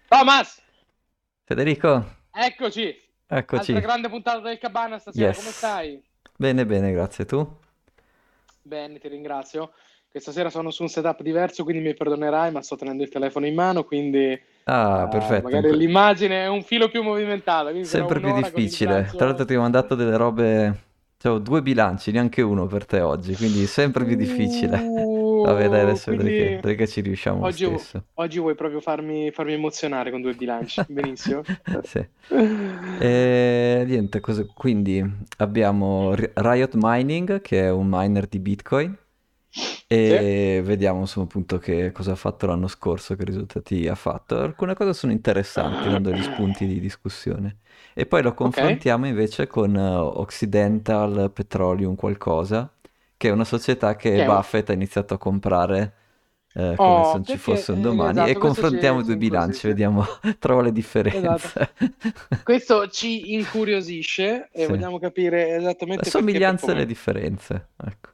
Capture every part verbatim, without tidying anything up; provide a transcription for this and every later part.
Thomas, Federico, eccoci. Altra eccoci. grande puntata del Cabana stasera, come Yes. stai? Bene, bene, grazie. Tu? Bene, ti ringrazio. Questa sera sono su un setup diverso, quindi mi perdonerai, ma sto tenendo il telefono in mano, quindi eh, Ah, perfetto. in magari que- l'immagine è un filo più movimentata, quindi sarò Sempre più un'ora con il difficile. Tra l'altro braccio. ti ho mandato delle robe... C'ho due bilanci, neanche uno per te oggi, quindi sempre più difficile. Vabbè, dai, Uh, adesso vedrai che, quindi vedrai che ci riusciamo lo oggi, stesso. oggi vuoi proprio farmi, farmi emozionare con due bilanci. Benissimo. Sì. E niente, cosa- quindi abbiamo Ri- Riot Mining, che è un miner di Bitcoin, Sì? e vediamo insomma appunto che cosa ha fatto l'anno scorso, che risultati ha fatto. Alcune cose sono interessanti, dando degli spunti di discussione. E poi lo Ok. confrontiamo invece con eh, Occidental Petroleum qualcosa, che è una società che Che è un... Buffett ha iniziato a comprare eh, come se Oh, non ci perché fosse un eh, domani, e esatto, questo confrontiamo ci, i ci due bilanci, incuriosisce. vediamo, trovo le Esatto. differenze. Questo ci incuriosisce e Sì. vogliamo capire Le esattamente perché e per somiglianze e le come. differenze, ecco.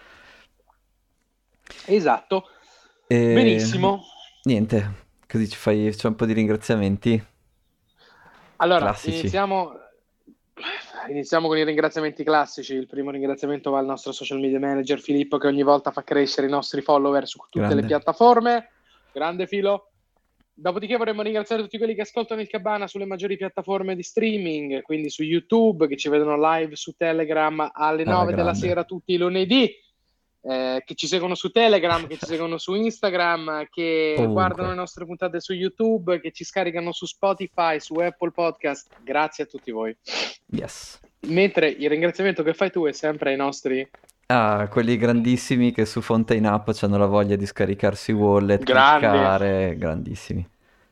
Esatto. E Benissimo. niente, così ci fai, c'è un po' di ringraziamenti Allora, classici. iniziamo, iniziamo con i ringraziamenti classici. Il primo ringraziamento va al nostro social media manager Filippo che ogni volta fa crescere i nostri follower su tutte le Grande. piattaforme. Grande filo. Dopodiché vorremmo ringraziare tutti quelli che ascoltano il Cabana sulle maggiori piattaforme di streaming, quindi su YouTube, che ci vedono live su Telegram alle Alla nove della grande. sera tutti i lunedì, eh, che ci seguono su Telegram, che ci seguono su Instagram, che guardano Ovunque. le nostre puntate su YouTube, che ci scaricano su Spotify, su Apple Podcast. Grazie a tutti voi. Yes. Mentre il ringraziamento che fai tu è sempre ai nostri Ah, quelli grandissimi che su Fontaine App hanno la voglia di scaricarsi Wallet, grandi. cliccare, grandissimi.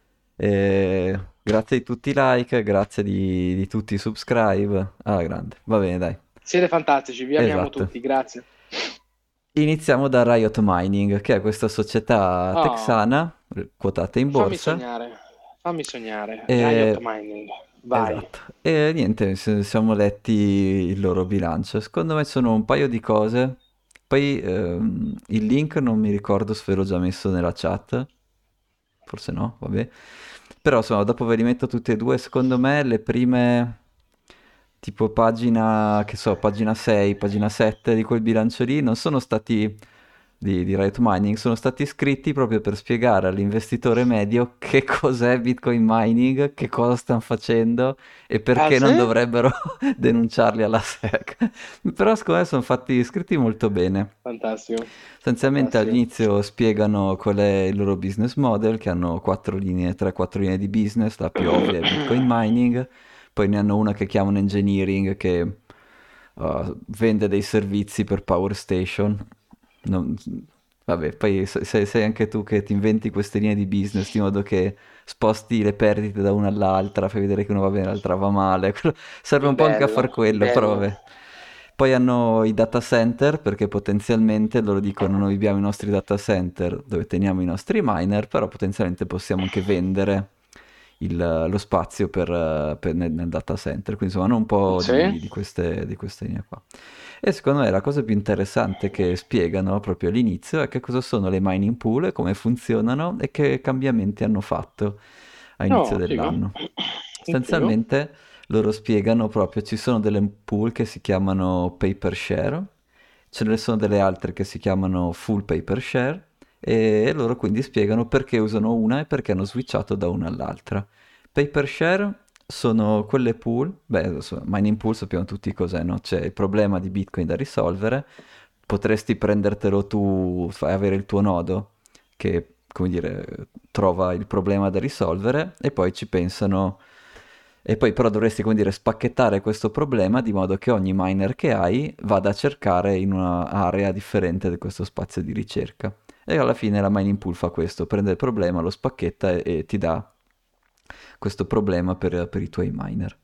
E grazie di tutti i like, grazie di, di tutti i subscribe. Ah, grande. Va bene, dai. Siete fantastici, vi amiamo Esatto. tutti, grazie. Iniziamo da Riot Mining, che è questa società Oh, texana eh, quotata in fammi borsa. sognare, fammi sognare. Riot E... Mining, vai. Esatto. E niente, s- siamo letti il loro bilancio. Secondo me sono un paio di cose. Poi ehm, il link non mi ricordo se ve l'ho già messo nella chat. Forse no, vabbè. Però insomma, dopo ve li metto tutti e due. Secondo me le prime, tipo pagina, che so, pagina sei, pagina sette di quel bilancio lì, non sono stati di, di Riot Mining, sono stati scritti proprio per spiegare all'investitore medio che cos'è Bitcoin mining, che cosa stanno facendo e Ah, perché non sì? dovrebbero denunciarli alla S E C. Però secondo me sono fatti scritti molto bene. Fantastico, Essenzialmente fantastico. all'inizio spiegano qual è il loro business model, che hanno quattro linee, tre quattro linee di business, la più ovvia è Bitcoin mining, poi ne hanno una che chiamano engineering, che uh, vende dei servizi per Power Station. Non- Vabbè, poi se- se- sei anche tu che ti inventi queste linee di business di modo che sposti le perdite da una all'altra, fai vedere che una va bene, l'altra va male. Quello- Serve un po' anche a far Bello, quello, però bello. vabbè. Poi hanno i data center, perché potenzialmente loro dicono noi abbiamo i nostri data center dove teniamo i nostri miner, però potenzialmente possiamo anche vendere il- lo spazio per, eh, per- nel, nel data center. Quindi insomma hanno un po' Sì? di, di queste, di queste linee qua. E secondo me la cosa più interessante che spiegano proprio all'inizio è che cosa sono le mining pool, come funzionano e che cambiamenti hanno fatto a inizio Oh, figo. dell'anno. Figo. Sostanzialmente loro spiegano proprio, ci sono delle pool che si chiamano paper share, ce ne sono delle altre che si chiamano full paper share e loro quindi spiegano perché usano una e perché hanno switchato da una all'altra. Paper share sono quelle pool, beh, adesso, mining pool sappiamo tutti cos'è, no? C'è il problema di Bitcoin da risolvere, potresti prendertelo tu, fai avere il tuo nodo che, come dire, trova il problema da risolvere e poi ci pensano, e poi però dovresti, come dire, spacchettare questo problema di modo che ogni miner che hai vada a cercare in un'area differente di questo spazio di ricerca. E alla fine la mining pool fa questo, prende il problema, lo spacchetta e, e ti dà questo problema per, per i tuoi miner.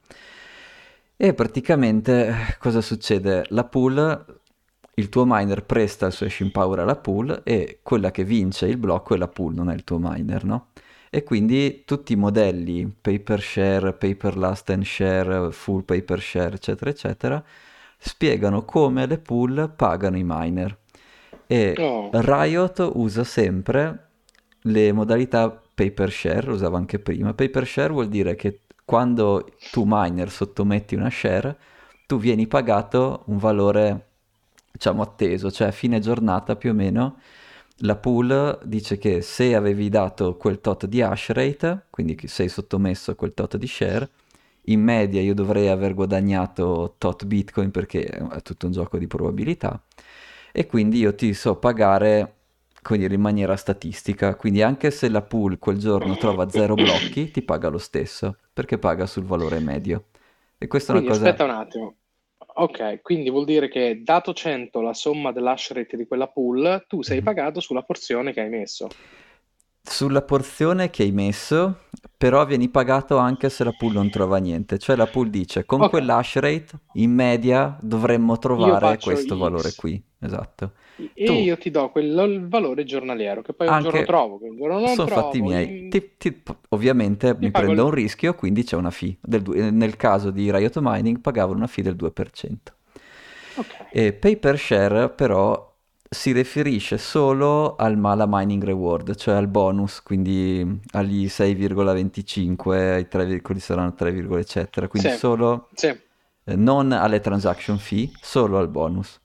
E praticamente eh, cosa succede? La pool, il tuo miner presta il suo hashing power alla pool e quella che vince il blocco è la pool, non è il tuo miner, no? E quindi tutti i modelli, paper share, paper last and share, full paper share, eccetera, eccetera, spiegano come le pool pagano i miner. E Oh, Riot usa sempre le modalità paper share, lo usavo anche prima. Paper share vuol dire che quando tu miner sottometti una share, tu vieni pagato un valore, diciamo, atteso, cioè a fine giornata più o meno la pool dice che se avevi dato quel tot di hash rate, quindi che sei sottomesso a quel tot di share, in media io dovrei aver guadagnato tot bitcoin perché è tutto un gioco di probabilità e quindi io ti so pagare, come dire, in maniera statistica, quindi anche se la pool quel giorno trova zero blocchi, ti paga lo stesso, perché paga sul valore medio. E questa è una Quindi cosa. aspetta un attimo. Ok, quindi vuol dire che dato cento la somma dell'hash rate di quella pool, tu sei Mhm. pagato sulla porzione che hai messo. Sulla porzione che hai messo, però vieni pagato anche se la pool non trova niente. Cioè la pool dice, con Ok, quell'hash rate, in media dovremmo io trovare faccio questo valore X qui. Esatto. e Tu io ti do quello- il valore giornaliero, che poi un giorno anche. trovo, che un giorno non Sono fatti trovo, miei. in- Ti- ti- ovviamente ti mi pago prendo un il... rischio, quindi c'è una fee. Del due- nel caso di Riot Mining pagavo una fee del due per cento. Ok, E Paper Share però si riferisce solo al Mala Mining Reward, cioè al bonus, quindi agli sei virgola venticinque, ai tre, quelli saranno tre, eccetera, quindi sì, solo, sì, eh, non alle transaction fee, solo al bonus.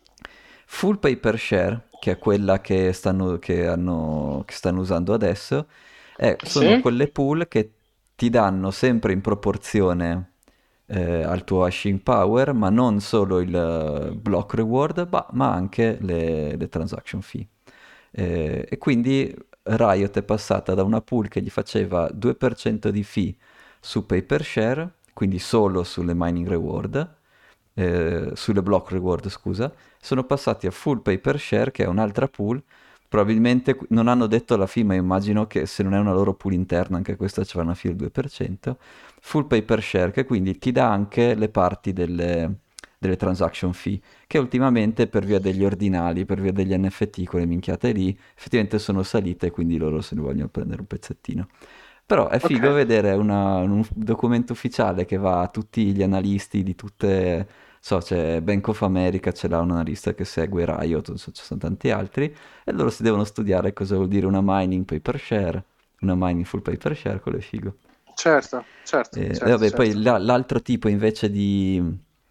Full Paper Share, che è quella che stanno, che hanno, che stanno usando adesso, è- sono sì, quelle pool che ti danno sempre in proporzione eh, al tuo hashing power, ma non solo il eh, block reward, ma, ma anche le, le transaction fee. Eh, e quindi Riot è passata da una pool che gli faceva due per cento di fee su Paper Share, quindi solo sulle mining reward, eh, sulle block reward, scusa, sono passati a full Paper Share, che è un'altra pool. Probabilmente qu- non hanno detto la fee, ma immagino che se non è una loro pool interna, anche questa c'era una fee del due per cento. Full Paper Share, che quindi ti dà anche le parti delle, delle transaction fee, che ultimamente per via degli ordinali, per via degli N F T, quelle minchiate lì, effettivamente sono salite, quindi loro se ne vogliono prendere un pezzettino. Però è ok, figo vedere una- un documento ufficiale che va a tutti gli analisti di tutte, so, c'è Bank of America, ce l'ha un analista che segue Riot, non so, ci sono tanti altri, e loro si devono studiare cosa vuol dire una mining paper share, una mining full paper share, quello è figo. certo, certo, E, e certo, vabbè, poi certo. la- l'altro tipo invece di,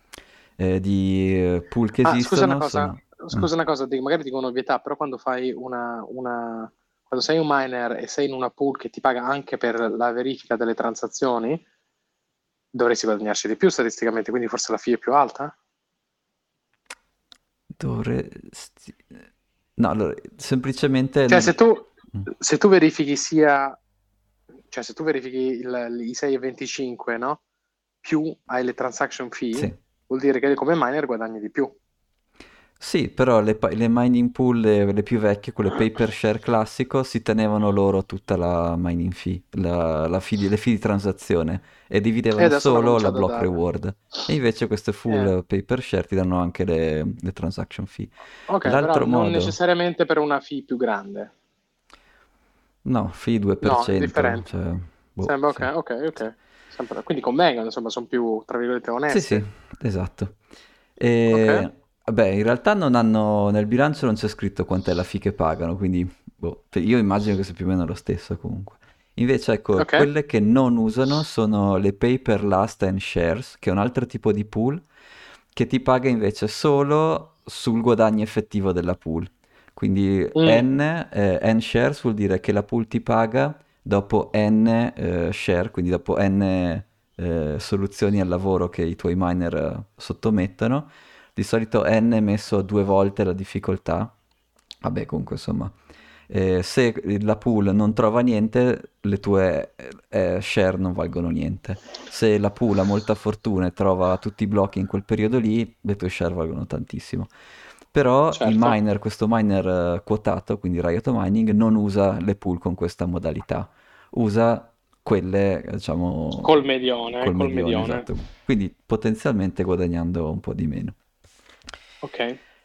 eh, di eh, pool che Ah, scusa una esistono cosa, sono. Ah, scusa una cosa, dico, magari dico un'ovvietà, però quando fai una, una, quando sei un miner e sei in una pool che ti paga anche per la verifica delle transazioni, dovresti guadagnarci di più statisticamente, quindi forse la fee è più alta? dovresti. No, allora, semplicemente. Cioè, se n- tu, mm, se tu verifichi sia, cioè se tu verifichi il- i sei e venticinque, no? Più hai le transaction fee, sì. vuol dire che come miner guadagni di più. Sì, però le, pa- le mining pool, le, le più vecchie, quelle paper share classico, si tenevano loro tutta la mining fee, la, la fee di- le fee di transazione e E dividevano adesso hanno solo la cominciato a block darle. reward. E invece queste Eh, full paper share ti danno anche le, le transaction fee. ok, però L'altro non modo, necessariamente per una fee più grande. no, fee No, è due per cento, differente. cioè, boh, Sembra ok, sì. ok, ok. Sempre- Quindi convengono, insomma, sono più, tra virgolette, Sì, sì, oneste. esatto. Ok, E, vabbè, in realtà non hanno, nel bilancio non c'è scritto quant'è la fee che pagano, quindi boh, cioè, io immagino che sia più o meno lo stesso comunque. Invece, ecco, ok. quelle che non usano sono le pay per last and shares, che è un altro tipo di pool, che ti paga invece solo sul guadagno effettivo della pool. Quindi Mm, N, eh, N shares vuol dire che la pool ti paga dopo N eh, share, quindi dopo N eh, soluzioni al lavoro che i tuoi miner eh, sottomettono. Di solito N è messo due volte la difficoltà. Vabbè, comunque insomma, eh, se la pool non trova niente, le tue eh, share non valgono niente. Se la pool ha molta fortuna e trova tutti i blocchi in quel periodo lì, le tue share valgono tantissimo. Però i certo. miner, questo miner eh, quotato, quindi Riot Mining, non usa le pool con questa modalità, usa quelle, diciamo, Col medione, col col medione, medione. esatto. Quindi potenzialmente guadagnando un po' di meno. Ok.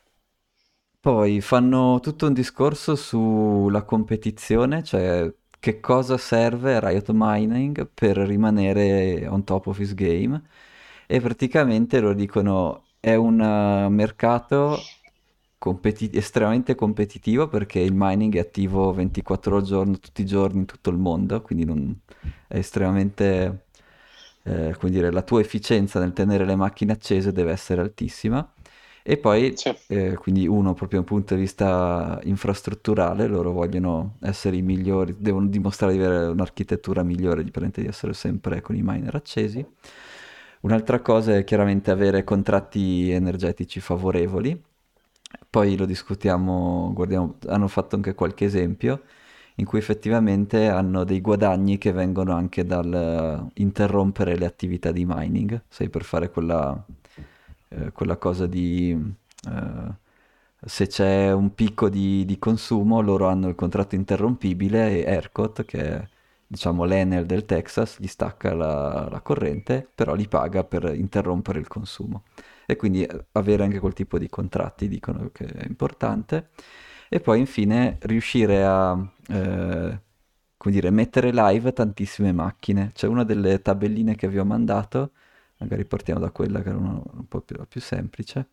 Poi fanno tutto un discorso sulla competizione, cioè che cosa serve a Riot Mining per rimanere on top of his game. E praticamente lo dicono, è un eh, mercato competi- estremamente competitivo perché il mining è attivo ventiquattro ore al giorno, tutti i giorni in tutto il mondo, quindi non- è estremamente, eh, come dire, la tua efficienza nel tenere le macchine accese deve essere altissima. E poi, Sì. eh, quindi uno, proprio da un punto di vista infrastrutturale, loro vogliono essere i migliori, devono dimostrare di avere un'architettura migliore, differente di essere sempre con i miner accesi. Un'altra cosa è chiaramente avere contratti energetici favorevoli. Poi lo discutiamo, guardiamo, hanno fatto anche qualche esempio in cui effettivamente hanno dei guadagni che vengono anche dal eh, interrompere le attività di mining, sai, per fare quella, eh, quella cosa di eh, se c'è un picco di, di consumo, loro hanno il contratto interrompibile e ERCOT, che è diciamo l'Enel del Texas, gli stacca la, la corrente, però li paga per interrompere il consumo. E quindi eh, avere anche quel tipo di contratti dicono che è importante. E poi infine riuscire a, eh, come dire, mettere live tantissime macchine. C'è una delle tabelline che vi ho mandato, magari partiamo da quella che era una- un po' più, più semplice.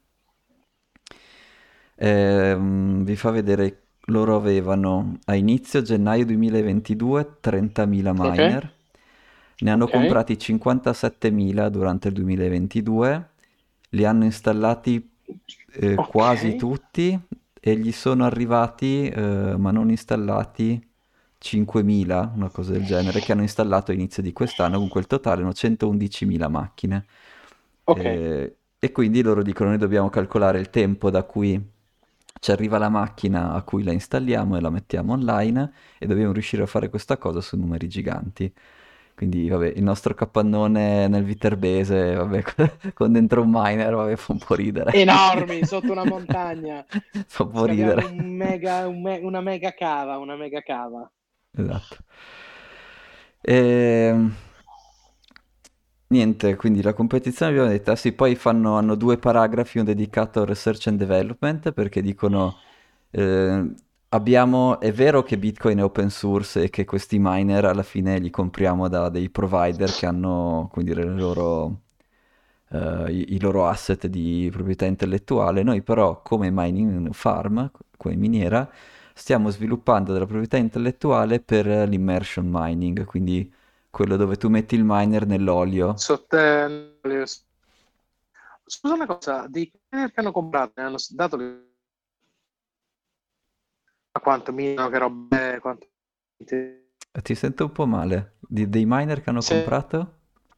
Ehm, vi fa vedere, loro avevano a inizio gennaio duemilaventidue trentamila Ok, miner, ne hanno ok, comprati cinquantasettemila durante il duemilaventidue, li hanno installati eh, ok. quasi tutti e gli sono arrivati, eh, ma non installati, cinquemila, una cosa del genere, che hanno installato a inizio di quest'anno, comunque il totale erano centoundicimila macchine. Ok, Eh, e quindi loro dicono noi dobbiamo calcolare il tempo da cui ci arriva la macchina a cui la installiamo e la mettiamo online e dobbiamo riuscire a fare questa cosa su numeri giganti. Quindi, vabbè, il nostro capannone nel Viterbese, vabbè, con dentro un miner, vabbè, fa un po' ridere. enormi sotto una montagna. Fa un po' Scaviamo ridere. un mega, un me- una mega cava, una mega cava. Esatto. Ehm, Niente, quindi la competizione abbiamo detto, ah sì, poi fanno, hanno due paragrafi, uno dedicato al research and development, perché dicono, eh, abbiamo, è vero che Bitcoin è open source e che questi miner alla fine li compriamo da dei provider che hanno, come dire, le loro, eh, i, i loro asset di proprietà intellettuale, noi però come mining farm, come miniera, stiamo sviluppando della proprietà intellettuale per l'immersion mining, quindi quello dove tu metti il miner nell'olio. Sottolineo. Scusa una cosa, di che hanno comprato? Ne hanno dato le- a quanto meno che roba è, quanto Eh, Ti sento un po' male. Di- dei miner che hanno se comprato?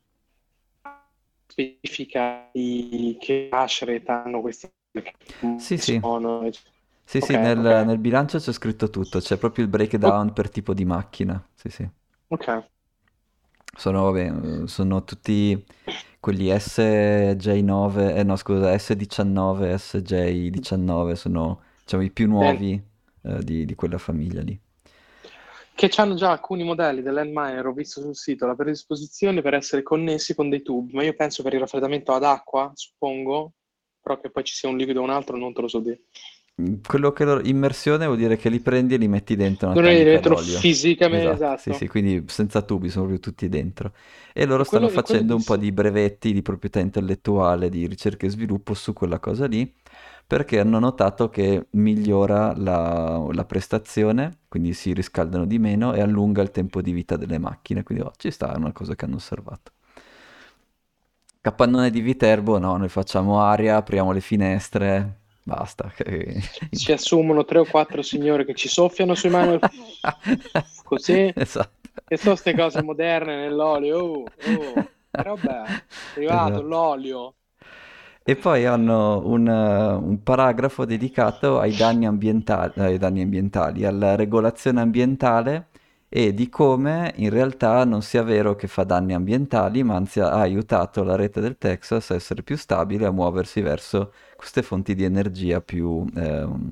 specifica di che hash rate hanno questi che Sì, sì. sono. Sì, sì, Ok, nel, ok, nel bilancio c'è scritto tutto, c'è proprio il o- breakdown per tipo di macchina. Sì, sì. ok. Sono, vabbè, eh, sono tutti quelli S J nove, eh no, scusa, S diciannove, S J diciannove, sono, diciamo, i più Den- nuovi eh, di, di quella famiglia lì. che hanno già alcuni modelli dell'Endminer, ho visto sul sito, la predisposizione per essere connessi con dei tubi, ma io penso per il raffreddamento ad acqua, suppongo, però che poi ci sia un liquido o un altro non te lo so dire. Mm, Quello che loro, immersione vuol dire che li prendi e li metti dentro una Non è tanica dentro d'olio. fisicamente, Esatto, sì, esatto. sì, quindi senza tubi, sono proprio tutti dentro. E loro In stanno quello, in quello facendo un po' disse. di brevetti di proprietà intellettuale, di ricerca e sviluppo su quella cosa lì, perché hanno notato che migliora la, la prestazione, quindi si riscaldano di meno e allunga il tempo di vita delle macchine. Quindi oh, ci sta, è una cosa che hanno osservato. Capannone di Viterbo, no, noi facciamo aria, apriamo le finestre, basta. che- Si assumono tre o quattro signore che ci soffiano sui mani, così, Esatto. che sono queste cose moderne nell'olio. Oh, oh, che roba è? È arrivato Esatto. l'olio. E poi hanno un, eh, un paragrafo dedicato ai danni ambientali, ai danni ambientali, alla regolazione ambientale e di come in realtà non sia vero che fa danni ambientali, ma anzi ha aiutato la rete del Texas a essere più stabile, a muoversi verso queste fonti di energia più, ehm,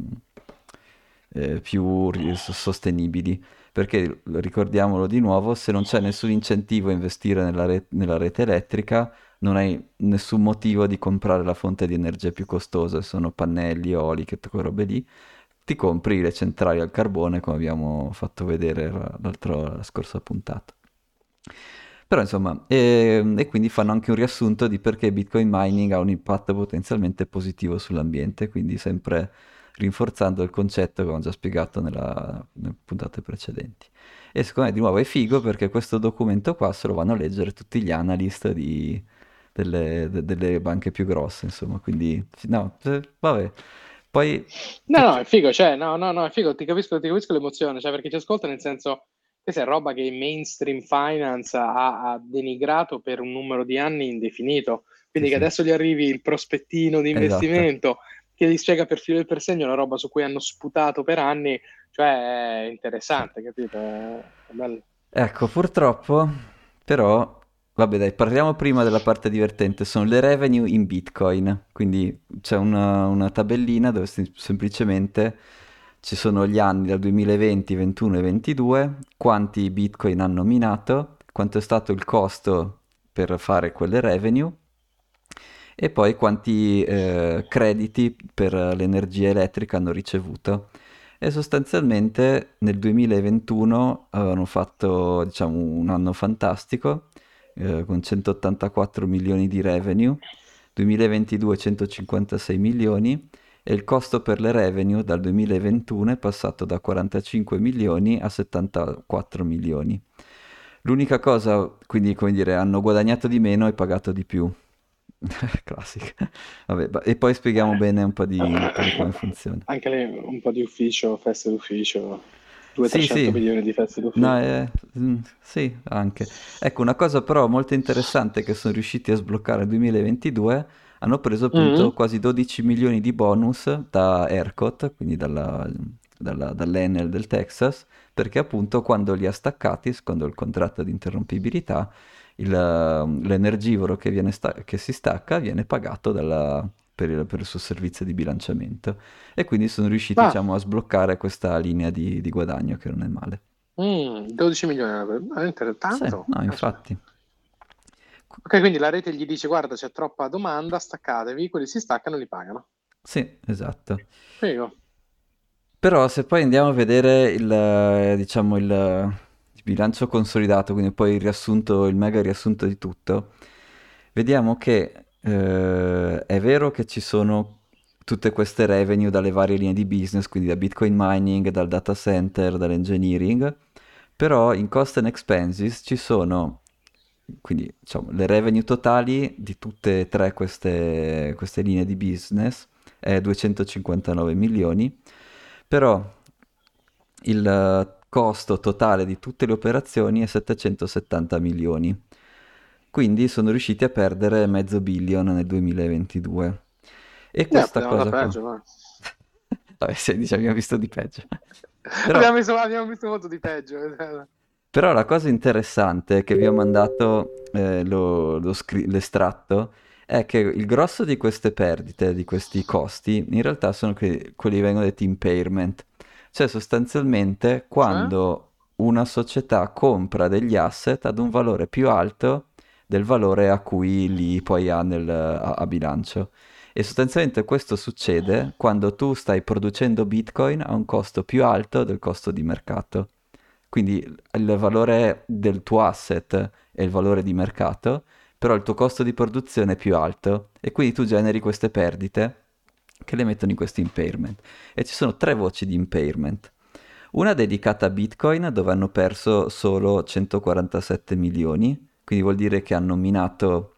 eh, più ri- so- sostenibili. Perché, ricordiamolo di nuovo, se non c'è nessun incentivo a investire nella re- nella rete elettrica, non hai nessun motivo di comprare la fonte di energia più costosa, sono pannelli, oli, che quelle robe lì. Ti compri le centrali al carbone, come abbiamo fatto vedere la, l'altro- la scorsa puntata. Però insomma, e, e quindi fanno anche un riassunto di perché Bitcoin mining ha un impatto potenzialmente positivo sull'ambiente, quindi sempre rinforzando il concetto che avevamo già spiegato nella, nelle puntate precedenti. E secondo me di nuovo è figo perché questo documento qua se lo vanno a leggere tutti gli analyst di, delle, de- delle banche più grosse, insomma, quindi no, eh, vabbè. Poi No, no, tutti... è figo, cioè, no, no, no, è figo, ti capisco, ti capisco l'emozione, cioè, perché ci ascolta nel senso, questa è roba che il mainstream finance ha, ha denigrato per un numero di anni indefinito, Sì, quindi che sì, adesso gli arrivi il prospettino di esatto. investimento, che gli spiega per filo e per segno una roba su cui hanno sputato per anni, cioè, è Sì. interessante, capito? È, è bello. Ecco, purtroppo, però, vabbè dai, parliamo prima della parte divertente, sono le revenue in Bitcoin, quindi c'è una, una tabellina dove sem- semplicemente ci sono gli anni dal duemilaventi, ventuno e ventidue, quanti Bitcoin hanno minato, quanto è stato il costo per fare quelle revenue e poi quanti eh, crediti per l'energia elettrica hanno ricevuto. E sostanzialmente nel duemilaventuno avevano fatto, diciamo, un anno fantastico, eh, con centottantaquattro milioni di revenue, duemilaventidue centocinquantasei milioni e il costo per le revenue dal duemilaventuno è passato da quarantacinque milioni a settantaquattro milioni. L'unica cosa, quindi, come dire, hanno guadagnato di meno e pagato di più. Classica. Vabbè, ba- e poi spieghiamo bene un po' di, un po' di come funziona. Anche lì un po' di ufficio, feste d'ufficio, Sì, duecento-trecento sì, milioni di feste no, d'ufficio. eh, mm, sì, anche. Ecco, una cosa però molto interessante che sono riusciti a sbloccare nel duemilaventidue, hanno preso appunto Mhm. quasi dodici milioni di bonus da ERCOT, quindi dalla, dalla- dall'Enel del Texas, perché appunto quando li ha staccati, secondo il contratto di interrompibilità, il, ehm, l'energivoro che, viene sta- che si stacca viene pagato dalla- per il, per il suo servizio di bilanciamento. E quindi sono riusciti, Ah, diciamo, a sbloccare questa linea di, di guadagno che non è male. mm, dodici milioni, è inter- Sì, tanto. no, Aspetta. infatti. Ok, quindi la rete gli dice: Guarda, c'è troppa domanda, staccatevi. Quelli si staccano e li pagano. Sì, esatto. Figo. Però se poi andiamo a vedere il, eh, diciamo, il, il bilancio consolidato, quindi poi il riassunto, il mega riassunto di tutto, vediamo che eh, è vero che ci sono tutte queste revenue dalle varie linee di business, quindi da Bitcoin mining, dal data center, dall'engineering, però in cost and expenses ci sono, quindi diciamo, le revenue totali di tutte e tre queste, queste linee di business è duecentocinquantanove milioni, però il eh, costo totale di tutte le operazioni è settecentosettanta milioni. Quindi sono riusciti a perdere mezzo billion nel duemilaventidue. E Eh, questa potevano da cosa qua. peggio, no? Vabbè, sì, diciamo, abbiamo visto di peggio. Però Abbiamo visto, abbiamo visto molto di peggio. Però la cosa interessante che vi ho mandato eh, lo- lo scri- l'estratto è che il grosso di queste perdite, di questi costi, in realtà sono que- quelli che vengono detti impairment. Cioè sostanzialmente Cioè? quando una società compra degli asset ad un valore più alto del valore a cui li poi ha nel- a a bilancio. E sostanzialmente questo succede quando tu stai producendo Bitcoin a un costo più alto del costo di mercato. Quindi il valore del tuo asset è il valore di mercato, però il tuo costo di produzione è più alto e quindi tu generi queste perdite che le mettono in questo impairment. E ci sono tre voci di impairment. Una dedicata a Bitcoin dove hanno perso solo centoquarantasette milioni, quindi vuol dire che hanno minato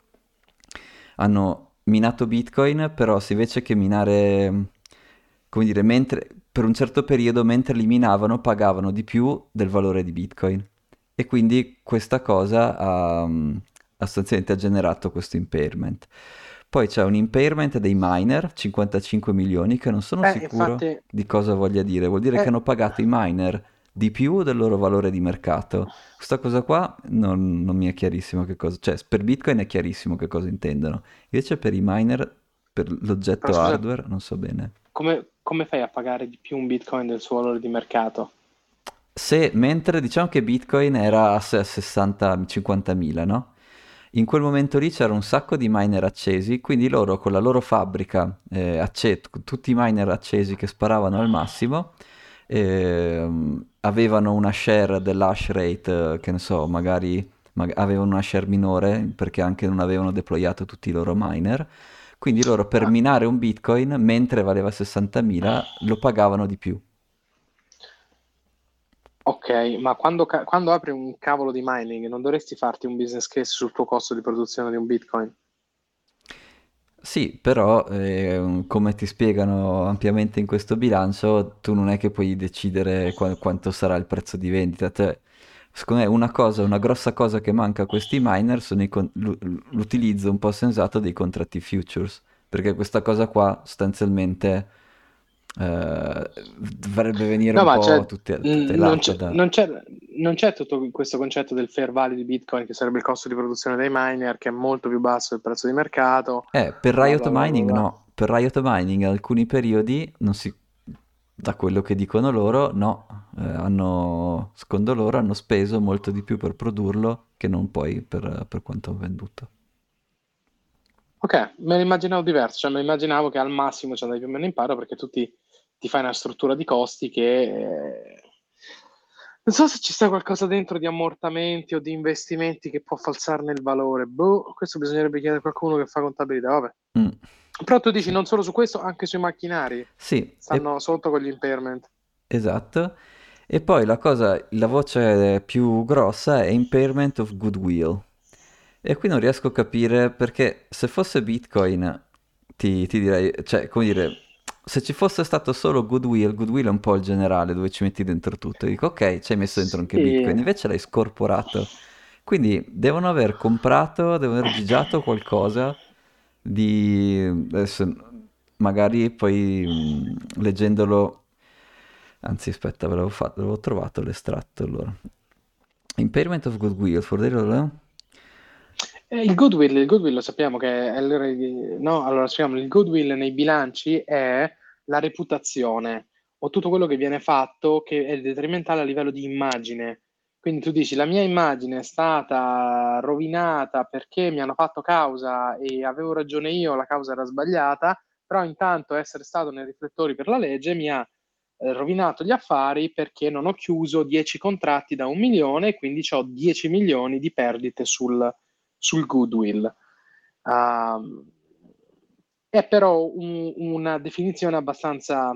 hanno minato Bitcoin, però se invece che minare, come dire, mentre, per un certo periodo, mentre li minavano, pagavano di più del valore di Bitcoin. E quindi questa cosa ha, ha sostanzialmente ha generato questo impairment. Poi c'è un impairment dei miner, cinquantacinque milioni, che non sono Eh, sicuro infatti, di cosa voglia dire. Vuol dire che eh, hanno pagato i miner di più del loro valore di mercato. Questa cosa qua non, non mi è chiarissimo che cosa... Cioè, per Bitcoin è chiarissimo che cosa intendono. Invece per i miner, per però l'oggetto scusa, hardware, non so bene. come, come fai a pagare di più un Bitcoin del suo valore di mercato? Se, mentre diciamo che Bitcoin era a se- sessanta cinquantamila, no? In quel momento lì c'era un sacco di miner accesi, quindi loro con la loro fabbrica, eh, acce- con tutti i miner accesi che sparavano al massimo, ehm, avevano una share dell'hash rate, eh, che ne so, magari mag- avevano una share minore perché anche non avevano deployato tutti i loro miner. Quindi loro per Ah, minare un Bitcoin, mentre valeva sessantamila, lo pagavano di più. ok, ma quando, ca- quando apri un cavolo di mining non dovresti farti un business case sul tuo costo di produzione di un Bitcoin? Sì, però eh, come ti spiegano ampiamente in questo bilancio, tu non è che puoi decidere qua- quanto sarà il prezzo di vendita. Cioè, secondo me una cosa, una grossa cosa che manca a questi miner sono i con- l'u- l'utilizzo un po' sensato dei contratti futures, perché questa cosa qua sostanzialmente eh, dovrebbe venire No, un ma c'è, po' tutte- mh, non tutelata c'è da... non c'è- non c'è tutto questo concetto del fair value di Bitcoin, che sarebbe il costo di produzione dei miner, che è molto più basso del prezzo di mercato, Eh, per bla Riot bla bla bla Mining bla. no, per Riot Mining in alcuni periodi, non si, da quello che dicono loro, no, eh, hanno, secondo loro hanno speso molto di più per produrlo che non poi per, per quanto hanno venduto. Ok, me lo immaginavo diverso, cioè me lo immaginavo che al massimo ci andai più o meno in paro perché tu ti, ti fai una struttura di costi che... eh, non so se ci sta qualcosa dentro di ammortamenti o di investimenti che può falsarne il valore. Boh, questo bisognerebbe chiedere a qualcuno che fa contabilità, vabbè. Mm, Però tu dici sì, non solo su questo, anche sui macchinari sì, e- stanno sotto con gli impairment. esatto. E poi la cosa, la voce più grossa è impairment of goodwill. E qui non riesco a capire perché se fosse Bitcoin ti, ti direi, cioè, come dire, se ci fosse stato solo Goodwill, Goodwill è un po' il generale dove ci metti dentro tutto. E dico, ok, ci hai messo dentro anche Sì. Bitcoin, invece l'hai scorporato. Quindi devono aver comprato, devono aver gigiato qualcosa di... Adesso, magari poi mh, leggendolo... Anzi, aspetta, ve l'avevo fatto, avevo trovato l'estratto allora. Impairment of Goodwill, for the... Eh, Il goodwill, il goodwill lo sappiamo che è il, no, allora spieghiamo, il goodwill nei bilanci è la reputazione o tutto quello che viene fatto che è detrimentale a livello di immagine. Quindi tu dici la mia immagine è stata rovinata perché mi hanno fatto causa e avevo ragione io, la causa era sbagliata, però intanto essere stato nei riflettori per la legge mi ha eh, rovinato gli affari perché non ho chiuso dieci contratti da un milione e quindi ho dieci milioni di perdite sul, sul goodwill. Um, è però un- una definizione abbastanza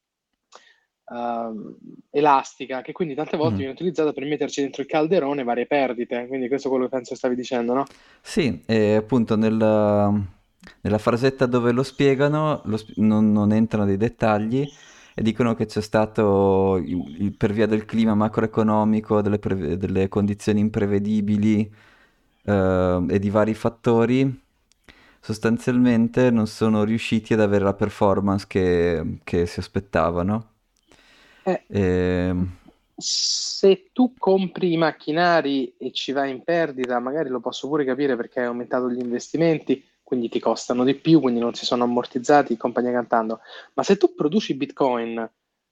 uh, elastica, che quindi tante volte Mm. viene utilizzata per metterci dentro il calderone varie perdite. Quindi questo è quello che penso stavi dicendo, no? Sì, e appunto nella, nella frasetta dove lo spiegano lo sp- non, non entrano dei dettagli e dicono che c'è stato, il- il- per via del clima macroeconomico, delle, preve- delle condizioni imprevedibili eh, e di vari fattori, sostanzialmente non sono riusciti ad avere la performance che, che si aspettavano. Eh, Ehm, Se tu compri i macchinari e ci vai in perdita, magari lo posso pure capire perché hai aumentato gli investimenti, quindi ti costano di più, quindi non si sono ammortizzati, compagnia cantando. Ma se tu produci Bitcoin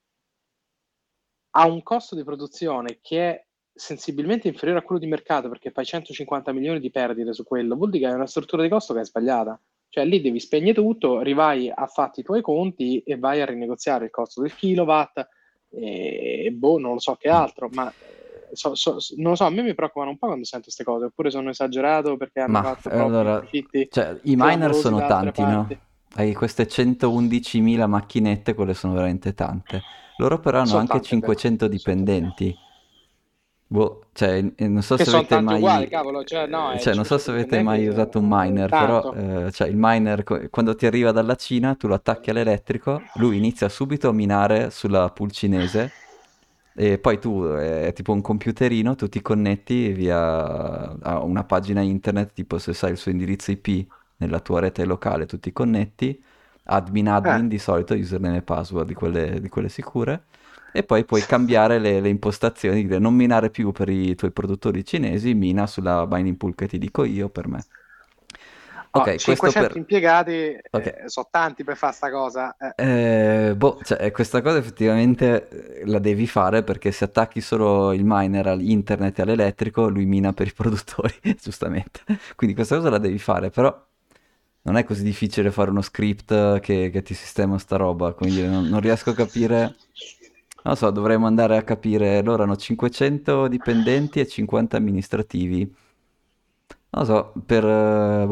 ha un costo di produzione che è sensibilmente inferiore a quello di mercato perché fai centocinquanta milioni di perdite su quello, vuol dire che hai una struttura di costo che è sbagliata. Cioè lì devi spegnere tutto, rivai a fatti i tuoi conti e vai a rinegoziare il costo del kilowatt e boh, non lo so che altro, ma eh, so- so- non lo so, a me mi preoccupano un po' quando sento queste cose, oppure sono esagerato perché hanno Ma fatto troppi allora, profitti cioè, i miner clamorosi sono da altre tanti, no? parti. Hai queste centoundicimila macchinette, quelle sono veramente tante. Loro però hanno Sono anche tante, è vero, cinquecento sono tante. dipendenti. Boh, cioè, eh, non so Che se sono avete tanti uguali, mai, cavolo, cioè no, eh, è cioè, non so se cinquecento avete dipendenti, mai usato un eh, miner, però, tanto. eh, cioè, il miner, co- quando ti arriva dalla Cina, tu lo attacchi all'elettrico, lui inizia subito a minare sulla pulcinese, e poi tu, eh, è tipo un computerino, tu ti connetti via a una pagina internet, tipo se sai il suo indirizzo I P nella tua rete locale, tu ti connetti, admin Eh, admin di solito, username e password di quelle, di quelle sicure, e poi puoi cambiare le, le impostazioni, dire non minare più per i tuoi produttori cinesi, mina sulla mining pool che ti dico io per me. oh, Ok, questo cinquecento per... impiegati Ok, eh, sono tanti per fare sta cosa. Eh. eh, boh, cioè, eh, questa cosa effettivamente eh, la devi fare perché se attacchi solo il miner all'internet e all'elettrico, lui mina per i produttori, giustamente. Quindi questa cosa la devi fare, però non è così difficile fare uno script che, che ti sistema sta roba, come dire, non, non riesco a capire... Non so, dovremmo andare a capire, loro hanno cinquecento dipendenti e cinquanta amministrativi. Non lo so, per... eh, boh.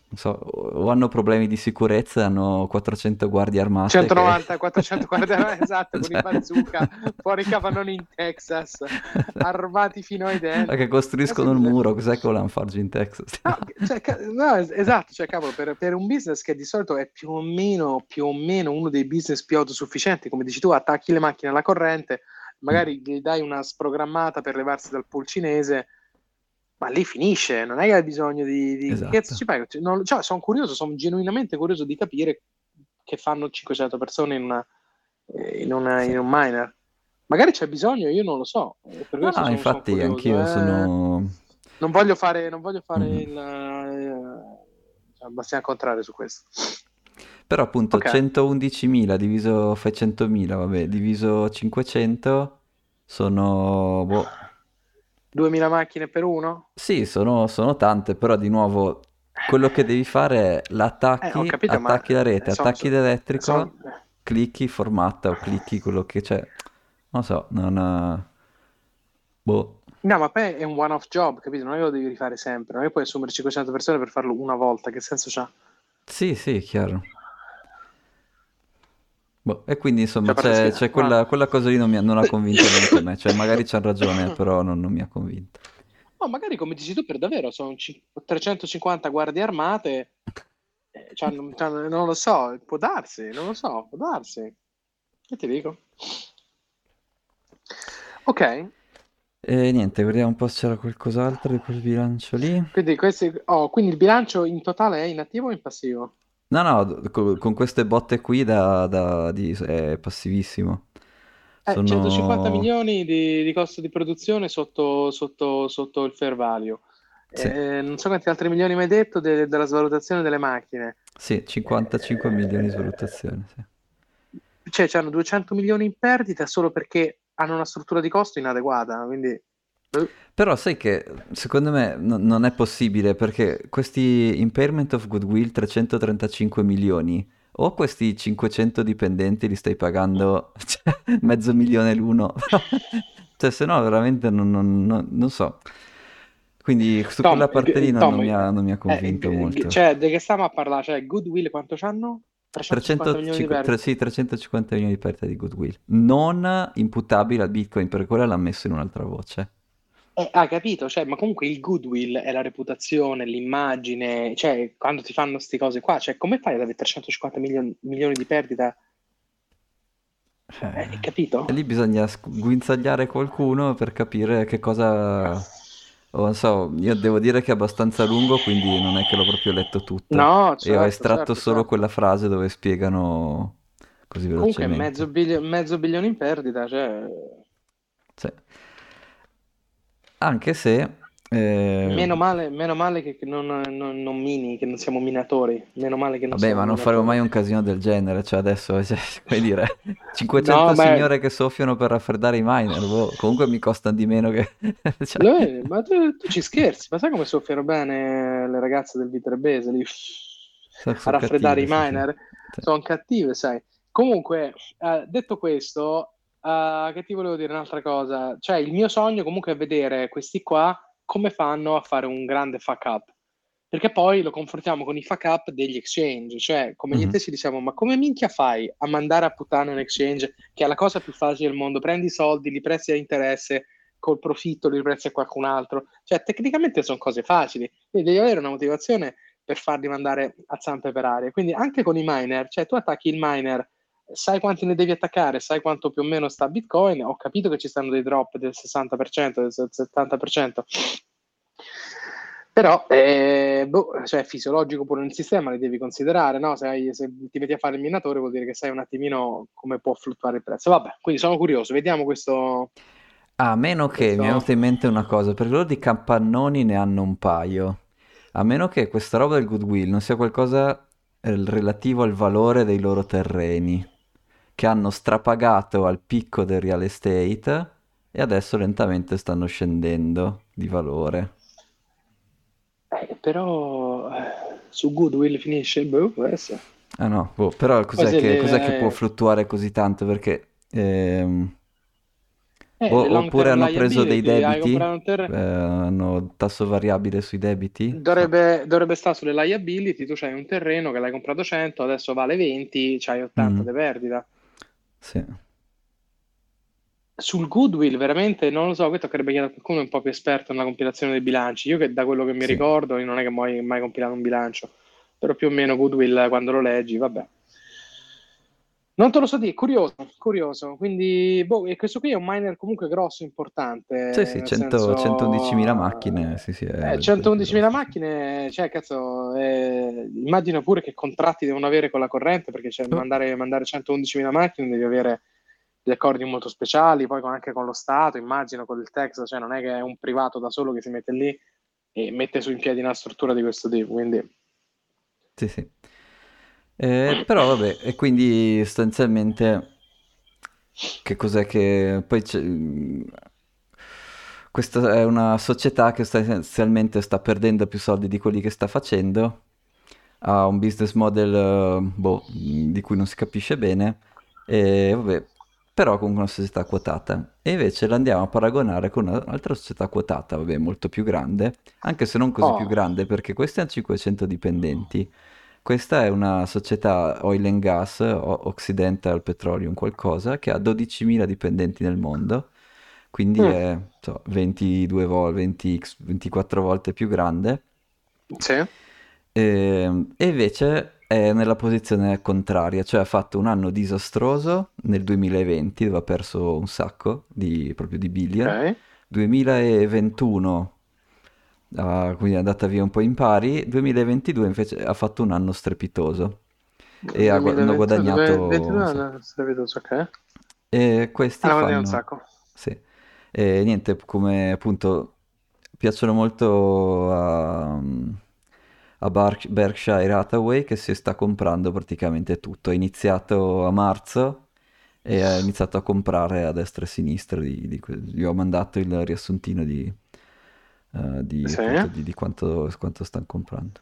non so, o hanno problemi di sicurezza, hanno quattrocento guardie armate che... centonovanta quattrocentoquaranta, esatto, con i Cioè... bazooka fuori capannoni in Texas, armati fino ai Ma che denti. Eh sì, costruiscono il bisogna- muro, cos'è che volevano fare giù in Texas? no, cioè, ca- no, es- esatto, cioè, cavolo, per, per un business che di solito è più o meno, più o meno uno dei business più autosufficienti, come dici tu, attacchi le macchine alla corrente, Mm, magari gli dai una sprogrammata per levarsi dal pool cinese, ma lì finisce, non è che hai bisogno di... di- che cazzo esatto. ci fai? Cioè, non- cioè, sono curioso, sono genuinamente curioso di capire che fanno cinquecento persone in, una, eh, in, una- Sì. in un miner. Magari c'è bisogno, io non lo so, eh, per No, questo no, sono, sono infatti curioso. anch'io eh. sono... Non voglio fare, non voglio fare Mm. il... eh, cioè, bastiamo contrario su questo. Però appunto Ok, centoundicimila diviso, fai centomila, vabbè, diviso cinquecento sono, boh, duemila macchine per uno? sì, sono, sono tante, però di nuovo quello che devi fare è Eh, ho l'attacchi, capito, ma attacchi la rete, sono... attacchi l'elettrico, Son... clicchi, formatta o clicchi quello che c'è. Non so, non... Boh, No, ma poi è un one-off job, capito? Non è che lo devi rifare sempre, non è che puoi assumere cinquecento persone per farlo una volta, che senso c'ha? sì, sì, chiaro. Boh, e quindi insomma Cioè, a parte c'è schifo. c'è Ma... quella, quella cosa lì non, mi ha, non ha convinto neanche me, cioè magari c'hanno ragione, però non, non mi ha convinto. No, magari come dici tu, per davvero sono ci- trecentocinquanta guardie armate, eh, c'hanno- c'hanno- non lo so, può darsi, non lo so, può darsi. Che ti dico? Ok, E niente, vediamo un po' se c'era qualcos'altro di quel bilancio lì. quindi, questi, oh, quindi il bilancio in totale è in attivo o in passivo? No, no, d- co- con queste botte qui da, da- di- è passivissimo. Eh, centocinquanta Sono... milioni di, di costo di produzione sotto, sotto- sotto il fair value. Sì, Eh, non so quanti altri milioni mi hai detto de- della svalutazione delle macchine. sì, cinquantacinque milioni di Eh, svalutazione, sì. cioè, hanno duecento milioni in perdita solo perché hanno una struttura di costo inadeguata. Quindi, eh, Però sai che secondo me no- non è possibile perché questi impairment of goodwill trecentotrentacinque milioni o questi cinquecento dipendenti li stai pagando cioè, mezzo milione l'uno. Cioè, se no veramente non, non- non- non so. Quindi su Tom, quella parte lì g- non, Tom, non mi ha, eh, non mi ha eh, convinto g- g- molto. cioè, di che stiamo a parlare? Cioè, Goodwill quanto c'hanno? trecentocinquanta milioni di trecentocinque tre- perdita. sì, trecentocinquanta milioni di perdita di goodwill. Non imputabile al Bitcoin, per quello l'ha messo in un'altra voce. Eh, hai capito? Cioè, ma comunque il goodwill è la reputazione, l'immagine, cioè, quando ti fanno queste cose qua, cioè, come fai ad avere trecentocinquanta milioni, milioni di perdita? Eh, hai Eh, capito? e lì bisogna sc- guinzagliare qualcuno per capire che cosa... o non so, io devo dire che è abbastanza lungo, quindi non è che l'ho proprio letto tutto. No, E ho certo, estratto certo, solo quella certo. frase dove spiegano così Comunque mezzo, velocemente. bilio- mezzo bilione in perdita, cioè... Sì. Anche se... eh, Meno male, meno male che che non, non- non mini, che non siamo minatori. Meno male che non Vabbè, siamo ma non faremo minatori. mai un casino del genere, cioè adesso, cioè, come dire, No, cinquecento ma signore che soffiano per raffreddare i miner, boh, comunque mi costano di meno che... cioè, Lo- ma tu, tu ci scherzi, ma sai come soffiano bene le ragazze del Viterbese lì sono, a sono raffreddare cattive, i sì, sì. miner? Sì. Sono cattive, sai. Comunque, eh, detto questo, eh, che ti volevo dire un'altra cosa? Cioè, il mio sogno comunque è vedere questi qua come fanno a fare un grande fuck up. Perché poi lo confrontiamo con i fuck up degli exchange, cioè come io e Mhm. te ci diciamo, ma come minchia fai a mandare a puttane un exchange che è la cosa più facile del mondo? Prendi i soldi, li presti a interesse, col profitto li presti a qualcun altro. Cioè, tecnicamente sono cose facili, quindi devi avere una motivazione per farli mandare a zampe per aria. Quindi anche con i miner, cioè tu attacchi il miner, sai quanti ne devi attaccare, sai quanto più o meno sta Bitcoin, ho capito che ci stanno dei drop del sessanta per cento, del settanta per cento, però eh, boh, cioè, è fisiologico pure nel sistema, li devi considerare, no? Se, hai- se ti metti a fare il minatore vuol dire che sai un attimino come può fluttuare il prezzo. Vabbè, quindi sono curioso, vediamo questo... A meno che mi è questo... venuta in mente una cosa, perché loro di capannoni ne hanno un paio. A meno che questa roba del goodwill non sia qualcosa eh, relativo al valore dei loro terreni, che hanno strapagato al picco del real estate e adesso lentamente stanno scendendo di valore. Eh, però eh, su Goodwill finisce, boh, può essere. Ah no, boh, però Poi cos'è se che, le, cos'è che può eh, fluttuare così tanto? Perché ehm, Eh, le O- long oppure term hanno preso dei liability, hai debiti, comprato un eh, terreno. hanno tasso variabile sui debiti. So- Dovrebbe, dovrebbe stare sulle liability, tu c'hai un terreno che l'hai comprato cento, adesso vale venti, c'hai ottanta Mm, di perdita. sì, Sul goodwill, veramente, non lo so, questo toccherebbe chiedere a qualcuno un po' più esperto nella compilazione dei bilanci. Io che da quello che mi sì. ricordo, io non è che mai, mai compilato un bilancio, però più o meno goodwill quando lo leggi, vabbè. Non te lo so dire, curioso, curioso. Quindi, boh, e questo qui è un miner comunque grosso, importante, Sì, sì, nel cento centoundicimila macchine, senso, sì, sì, è eh, parecchio centoundicimila grosso, sì. macchine, cioè, cazzo, eh, immagino pure che contratti devono avere con la corrente, perché cioè, Oh, mandare, mandare centoundicimila macchine devi avere gli accordi molto speciali, poi con- anche con lo Stato, immagino, con il Texas, cioè non è che è un privato da solo che si mette lì e mette su in piedi una struttura di questo tipo, quindi... sì, sì. Eh, però vabbè, e quindi sostanzialmente che cos'è che... Poi c'è... mm, questa è una società che sta- essenzialmente sta perdendo più soldi di quelli che sta facendo, ha un business model eh, boh, mm, di cui non si capisce bene, e vabbè, però comunque una società quotata. E invece la andiamo a paragonare con una- un'altra società quotata, vabbè, molto più grande, anche se non così più Oh, grande, perché questi hanno cinquecento dipendenti. Questa è una società oil and gas, o- Occidental Petroleum qualcosa, che ha dodicimila dipendenti nel mondo, quindi mm, è so, ventidue volte, venti, ventiquattro volte più grande. sì, E, e invece è nella posizione contraria, cioè ha fatto un anno disastroso nel duemilaventi, dove ha perso un sacco di, proprio di billion. ok. duemilaventuno, ah, quindi è andata via un po' in pari. duemilaventidue invece ha fatto un anno strepitoso e ha gu- hanno duemilaventidue, guadagnato ventidue un anni, sacco. servito, ok. E questi Ah, vuol dire un fanno, sacco. sì, e niente, come appunto piacciono molto a, a Bar- Berkshire Hathaway che si sta comprando praticamente tutto. È iniziato a marzo e ha iniziato a comprare a destra e a sinistra. Di, di que- gli ho mandato il riassuntino di, eh, di, Sì, appunto, di, di quanto, quanto stanno comprando.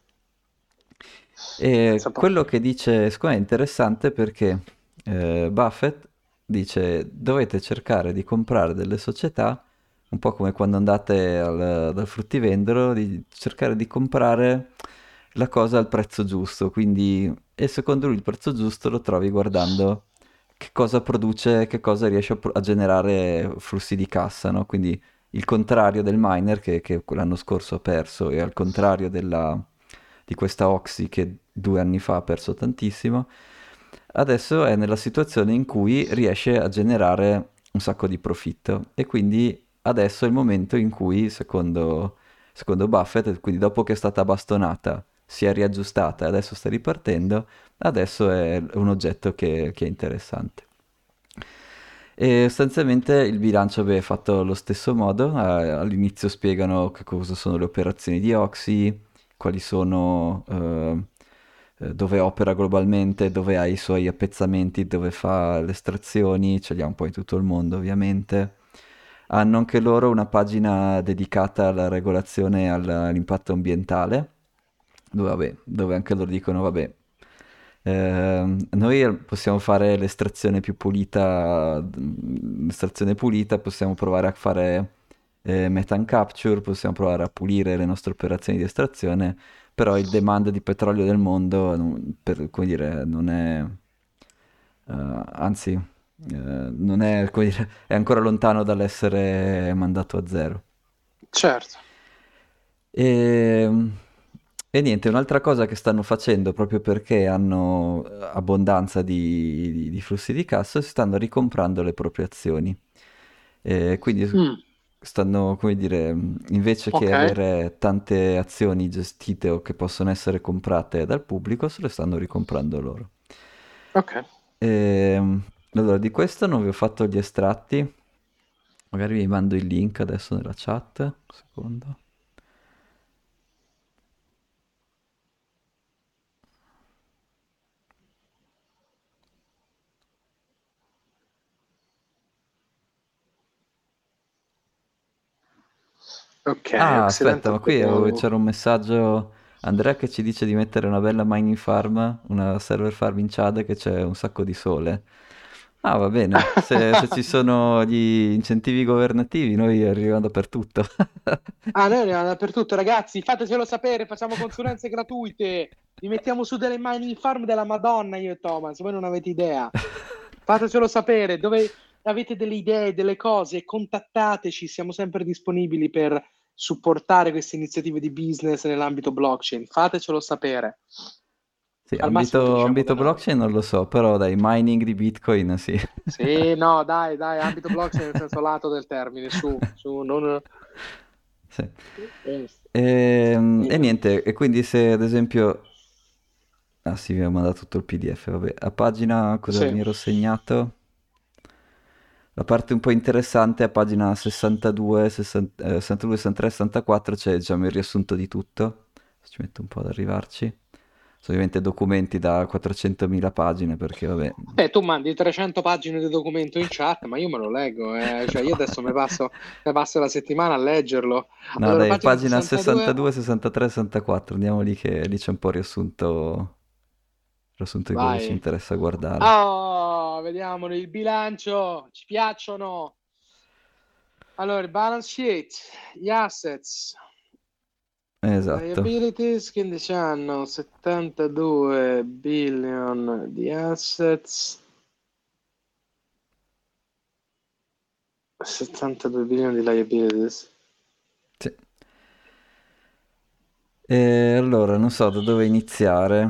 E pensa un po'. quello che dice, secondo me è interessante perché eh, Buffett dice dovete cercare di comprare delle società, un po' come quando andate al, dal fruttivendolo, di cercare di comprare la cosa al prezzo giusto, quindi, e secondo lui il prezzo giusto lo trovi guardando che cosa produce, che cosa riesce a, pro- a generare flussi di cassa, no? Quindi il contrario del miner che, che l'anno scorso ha perso e al contrario della, di questa Oxy che due anni fa ha perso tantissimo, adesso è nella situazione in cui riesce a generare un sacco di profitto e quindi adesso è il momento in cui, secondo, secondo Buffett, quindi dopo che è stata bastonata, si è riaggiustata e adesso sta ripartendo, adesso è un oggetto che, che è interessante. E sostanzialmente il bilancio beh, è fatto allo stesso modo, eh, all'inizio spiegano che cosa sono le operazioni di Oxy, quali sono, eh, eh, dove opera globalmente, dove ha i suoi appezzamenti, dove fa le estrazioni, ce li ha un po' in tutto il mondo ovviamente. Hanno anche loro una pagina dedicata alla regolazione e al- all'impatto ambientale, dove, vabbè, dove anche loro dicono, vabbè, ehm, noi possiamo fare l'estrazione più pulita, mm, l'estrazione pulita, possiamo provare a fare eh, methane capture, possiamo provare a pulire le nostre operazioni di estrazione, però il demand di petrolio del mondo, non- per, come dire, non è, eh, anzi, eh, non è, come dire, è ancora lontano dall'essere mandato a zero. Certo. E, e niente, un'altra cosa che stanno facendo proprio perché hanno eh, abbondanza di, di- di flussi di cassa, si stanno ricomprando le proprie azioni. E quindi Mm, stanno, come dire, invece che ok, avere tante azioni gestite o che possono essere comprate dal pubblico, se le stanno ricomprando loro. ok. Ehm, allora, di questo non vi ho fatto gli estratti, magari vi mando il link adesso nella chat, un secondo. Ok, Ah, aspetta, Occidental ma qui avevo- Petroleum. c'era un messaggio, Andrea che ci dice di mettere una bella mining farm, una server farm in Chad che c'è un sacco di sole. Ah, va bene. Se, se ci sono gli incentivi governativi, noi arriviamo dappertutto. Ah, noi andiamo dappertutto, ragazzi, fatecelo sapere, facciamo consulenze gratuite, vi mettiamo su delle mining farm della Madonna io e Thomas, voi non avete idea. Fatecelo sapere, dove avete delle idee, delle cose, contattateci, siamo sempre disponibili per supportare queste iniziative di business nell'ambito blockchain. Fatecelo sapere. Sì, Al massimo ti ambito, riceviamo ambito denaro. blockchain non lo so, però dai, mining di Bitcoin sì. Sì, no, dai, dai, ambito blockchain nel senso lato del termine, su, su, non... Sì. eh, Ehm, E, eh, niente, e quindi se ad esempio... Ah sì, mi ha mandato tutto il P D F, vabbè. A pagina, cosa sì. mi ero segnato? La parte un po' interessante a pagina sessantadue, sessanta, eh, sessantadue, sessantatré, sessantaquattro c'è diciamo il riassunto di tutto. Ci metto un po' ad arrivarci. Sono ovviamente documenti da quattrocentomila pagine perché vabbè... Beh, tu mandi trecento pagine di documento in chat, ma io me lo leggo, eh. Cioè io adesso mi passo, mi passo la settimana a leggerlo. No Allora, dai, pagina pagina sessantadue, sessantadue, sessantatré, sessantaquattro, andiamo lì che lì c'è un po' riassunto, riassunto di quello che ci vai. interessa guardare. Oh, vediamolo, il bilancio, ci piacciono. Allora, il balance sheet, gli assets, Esatto. liabilities, quindi hanno settantadue billion di assets, settantadue billion di liabilities. Sì. E allora, non so da dove iniziare.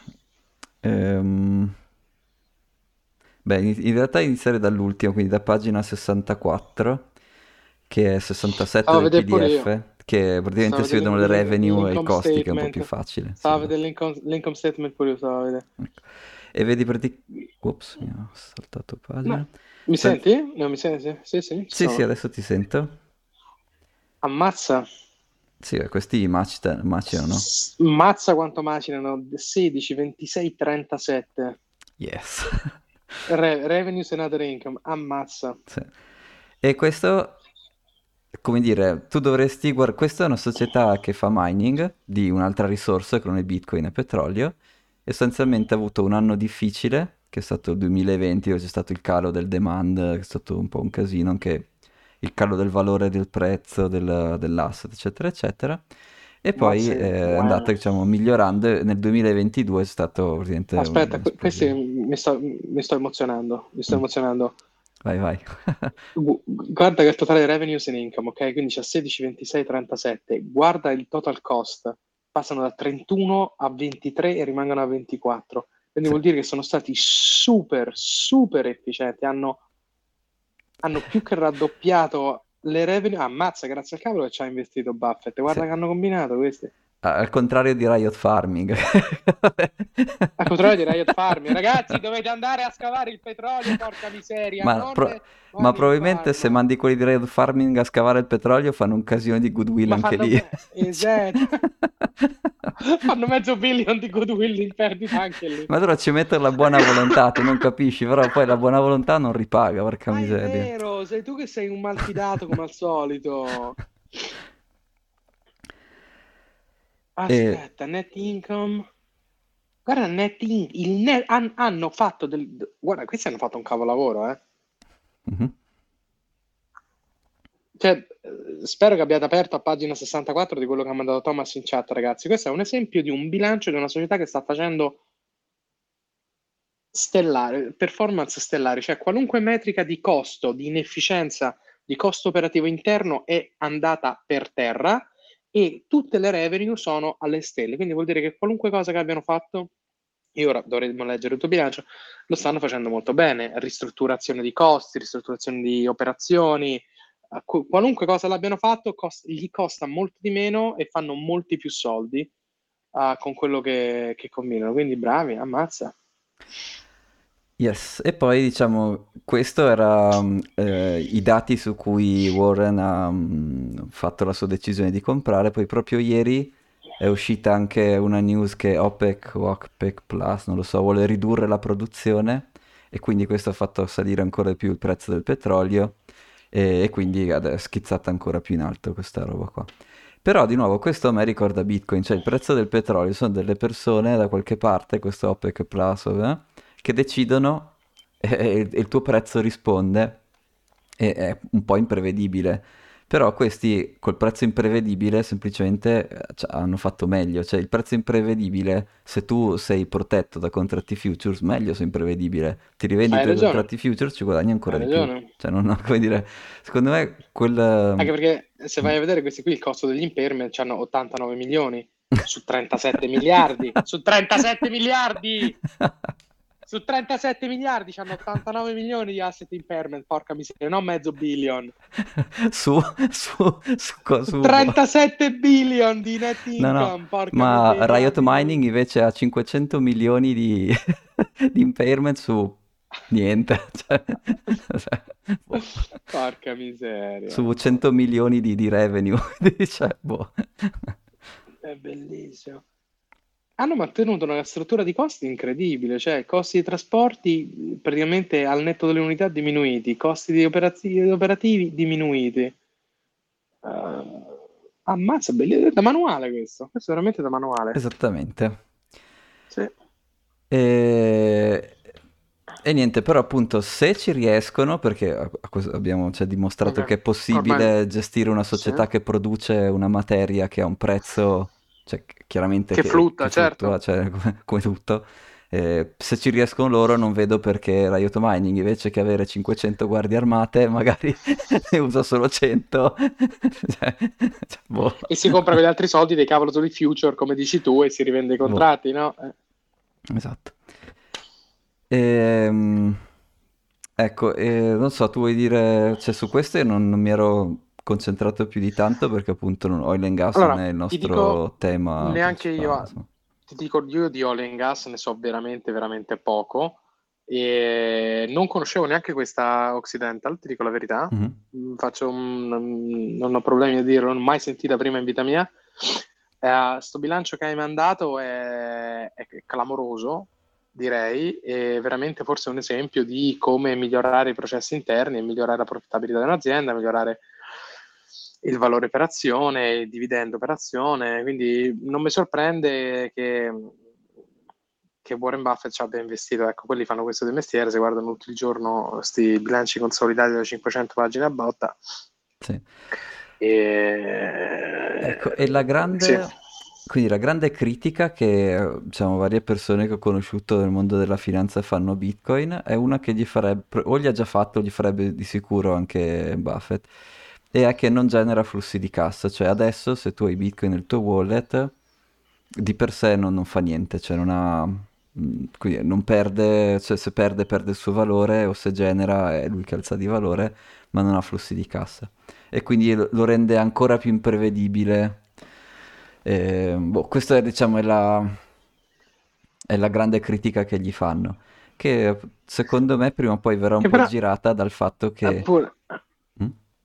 Ehm, Beh, in in realtà iniziare dall'ultimo, quindi da pagina sessantaquattro, che è sessantasette Stavo a del vedere pure P D F, io. che Stavo praticamente a si vedere vedono le l'in- revenue e i l'income costi, che è un po' più statement. facile. Stavo Sì, a va. vedere l'income l'income statement pure io, stavo a vedere. Ecco. E vedi praticamente... Ups, mi ho saltato Ma pagina. mi Sta- senti? No, mi senti? Sì, sì, ci Sì, sì, sono. adesso ti sento. Ammazza. Sì, eh, questi macita- macinano. S- Mazza quanto macinano. sedici, ventisei, trentasette. Yes. Re- revenues and other income. Ammazza. Sì. E questo, come dire, tu dovresti guardare, questa è una società che fa mining di un'altra risorsa che non è Bitcoin e petrolio, e sostanzialmente ha avuto un anno difficile, che è stato il duemilaventi, dove c'è stato il calo del demand, che è stato un po' un casino, anche il calo del valore del prezzo del- dell'asset, eccetera, eccetera. E poi Mazza, eh, è andata, wow. diciamo, migliorando e nel duemilaventidue è stato praticamente Aspetta, que- questi un'esplosione. mi sto, mi sto emozionando. Mi sto Mm. emozionando. Vai, vai. Gu- Guarda che il totale revenues in income, ok? Quindi c'è sedici, ventisei, trentasette. Guarda il total cost. Passano da trentuno a ventitré e rimangono a ventiquattro. Quindi Sì. vuol dire che sono stati super, super efficienti. Hanno, hanno più che raddoppiato le revenue. Ah, ammazza, grazie al cavolo che ci ha investito Buffett. Sì. Guarda che hanno combinato questi. Ah, al contrario di Riot Farming. Al contrario di Riot Farm. Ragazzi, dovete andare a scavare il petrolio, porca miseria, Ma, non pro- ma Money probabilmente se Farm. mandi quelli di Riot Farming a scavare il petrolio fanno un casino di goodwill Ma anche fanno, lì. me- Cioè- esatto. Fanno mezzo billion di goodwill in perdita anche lì. Ma allora ci mettono la buona volontà, tu non capisci, però poi la buona volontà non ripaga, porca Ma è miseria. vero, sei tu che sei un malfidato come al solito. E... Aspetta, net income. Guarda, net in- il net- han- hanno fatto del... Guarda, questi hanno fatto un capolavoro, eh. Mhm. Cioè, eh, spero che abbiate aperto a pagina sessantaquattro di quello che ha mandato Thomas in chat, ragazzi. Questo è un esempio di un bilancio di una società che sta facendo stellare, performance stellari, cioè qualunque metrica di costo, di inefficienza, di costo operativo interno è andata per terra e tutte le revenue sono alle stelle. Quindi vuol dire che qualunque cosa che abbiano fatto, e ora dovremmo leggere il tuo bilancio, lo stanno facendo molto bene. Ristrutturazione di costi, ristrutturazione di operazioni, eh, qu- qualunque cosa l'abbiano fatto, cost- gli costa molto di meno e fanno molti più soldi uh, con quello che, che combinano. Quindi bravi, ammazza. Yes, e poi diciamo, questo era mm, eh, i dati su cui Warren ha mm, fatto la sua decisione di comprare, poi proprio ieri è uscita anche una news che OPEC o OPEC Plus, non lo so, vuole ridurre la produzione e quindi questo ha fatto salire ancora di più il prezzo del petrolio e, e quindi ad- è schizzata ancora più in alto questa roba qua. Però di nuovo questo a me ricorda Bitcoin, cioè il prezzo del petrolio sono delle persone da qualche parte, questo OPEC Plus, eh, che decidono e, e il tuo prezzo risponde e è un po' imprevedibile. Però questi col prezzo imprevedibile semplicemente eh, cioè, hanno fatto meglio, cioè il prezzo imprevedibile, se tu sei protetto da contratti futures, meglio se imprevedibile, ti rivendi i Hai tuoi ragione, contratti futures, ci guadagni ancora hai di più. ragione. Cioè, non ho come dire, secondo me quel... Anche ehm, perché se vai a vedere questi qui, il costo degli impairment hanno ottantanove milioni su trentasette miliardi. Su trentasette miliardi! Su trentasette miliardi c'hanno ottantanove milioni di asset impairment, porca miseria, non mezzo billion. su, su, su, co- Su su, boh. trentasette billion di net No, no, income, porca ma miseria. Riot Di... Mining invece ha cinquecento milioni di, di impairment su niente, cioè, cioè, boh. Porca miseria. Su cento milioni di, di revenue, quindi, cioè, boh. È bellissimo. Hanno mantenuto una struttura di costi incredibile, cioè costi di trasporti praticamente al netto delle unità diminuiti, costi di operati- operativi diminuiti. Eh, ammazza, bellissimo, è da manuale questo, questo è veramente da manuale. Esattamente. Sì. E, e niente, però appunto se ci riescono, perché a- a questo abbiamo cioè, dimostrato che Ok. è Ormai possibile gestire una sì. società che produce una materia che ha un prezzo, cioè ch- chiaramente Che che, che flutta, fluttua, certo. cioè come, come tutto, eh, se ci riescono loro non vedo perché Riot Mining invece che avere cinquecento guardie armate magari ne usa solo cento. Cioè, cioè, boh. E si compra con gli altri soldi dei cavolo di future, come dici tu, e si rivende i Boh. contratti, no? Eh. Esatto. Ehm, ecco, eh, non so, tu vuoi dire, cioè su questo io non, non mi ero concentrato più di tanto perché appunto non- oil and gas non Allora, è il ti dico, nostro tema neanche principale, io, insomma. ti dico, io di oil and gas ne so veramente, veramente poco e non conoscevo neanche questa Occidental, ti dico la verità. Mhm. Mm, Faccio un- non ho problemi a dirlo, non l'ho mai sentita prima in vita mia. Eh, sto bilancio che hai mandato è, è clamoroso, direi, e veramente forse un esempio di come migliorare i processi interni e migliorare la profittabilità dell'azienda, migliorare il valore per azione, il dividendo per azione. Quindi non mi sorprende che, che Warren Buffett ci abbia investito. Ecco, quelli fanno questo di mestiere, se guardano tutto il giorno questi bilanci consolidati da cinquecento pagine a botta. Sì. E... Ecco, e la Sì. grande, quindi la grande critica che, eh, diciamo, varie persone che ho conosciuto nel mondo della finanza fanno a Bitcoin è una che gli farebbe, o gli ha già fatto, gli farebbe di sicuro anche Buffett, e è che non genera flussi di cassa, cioè adesso se tu hai Bitcoin nel tuo wallet, di per sé non, non fa niente, cioè non ha, mm, quindi non perde, cioè se perde perde il suo valore o se genera è lui che alza di valore, ma non ha flussi di cassa e quindi lo lo rende ancora più imprevedibile. E, boh, questa è, diciamo, è la, è la grande critica che gli fanno, che secondo me prima o poi verrà un Che po' però, aggirata dal fatto eh, che... pure- Mm?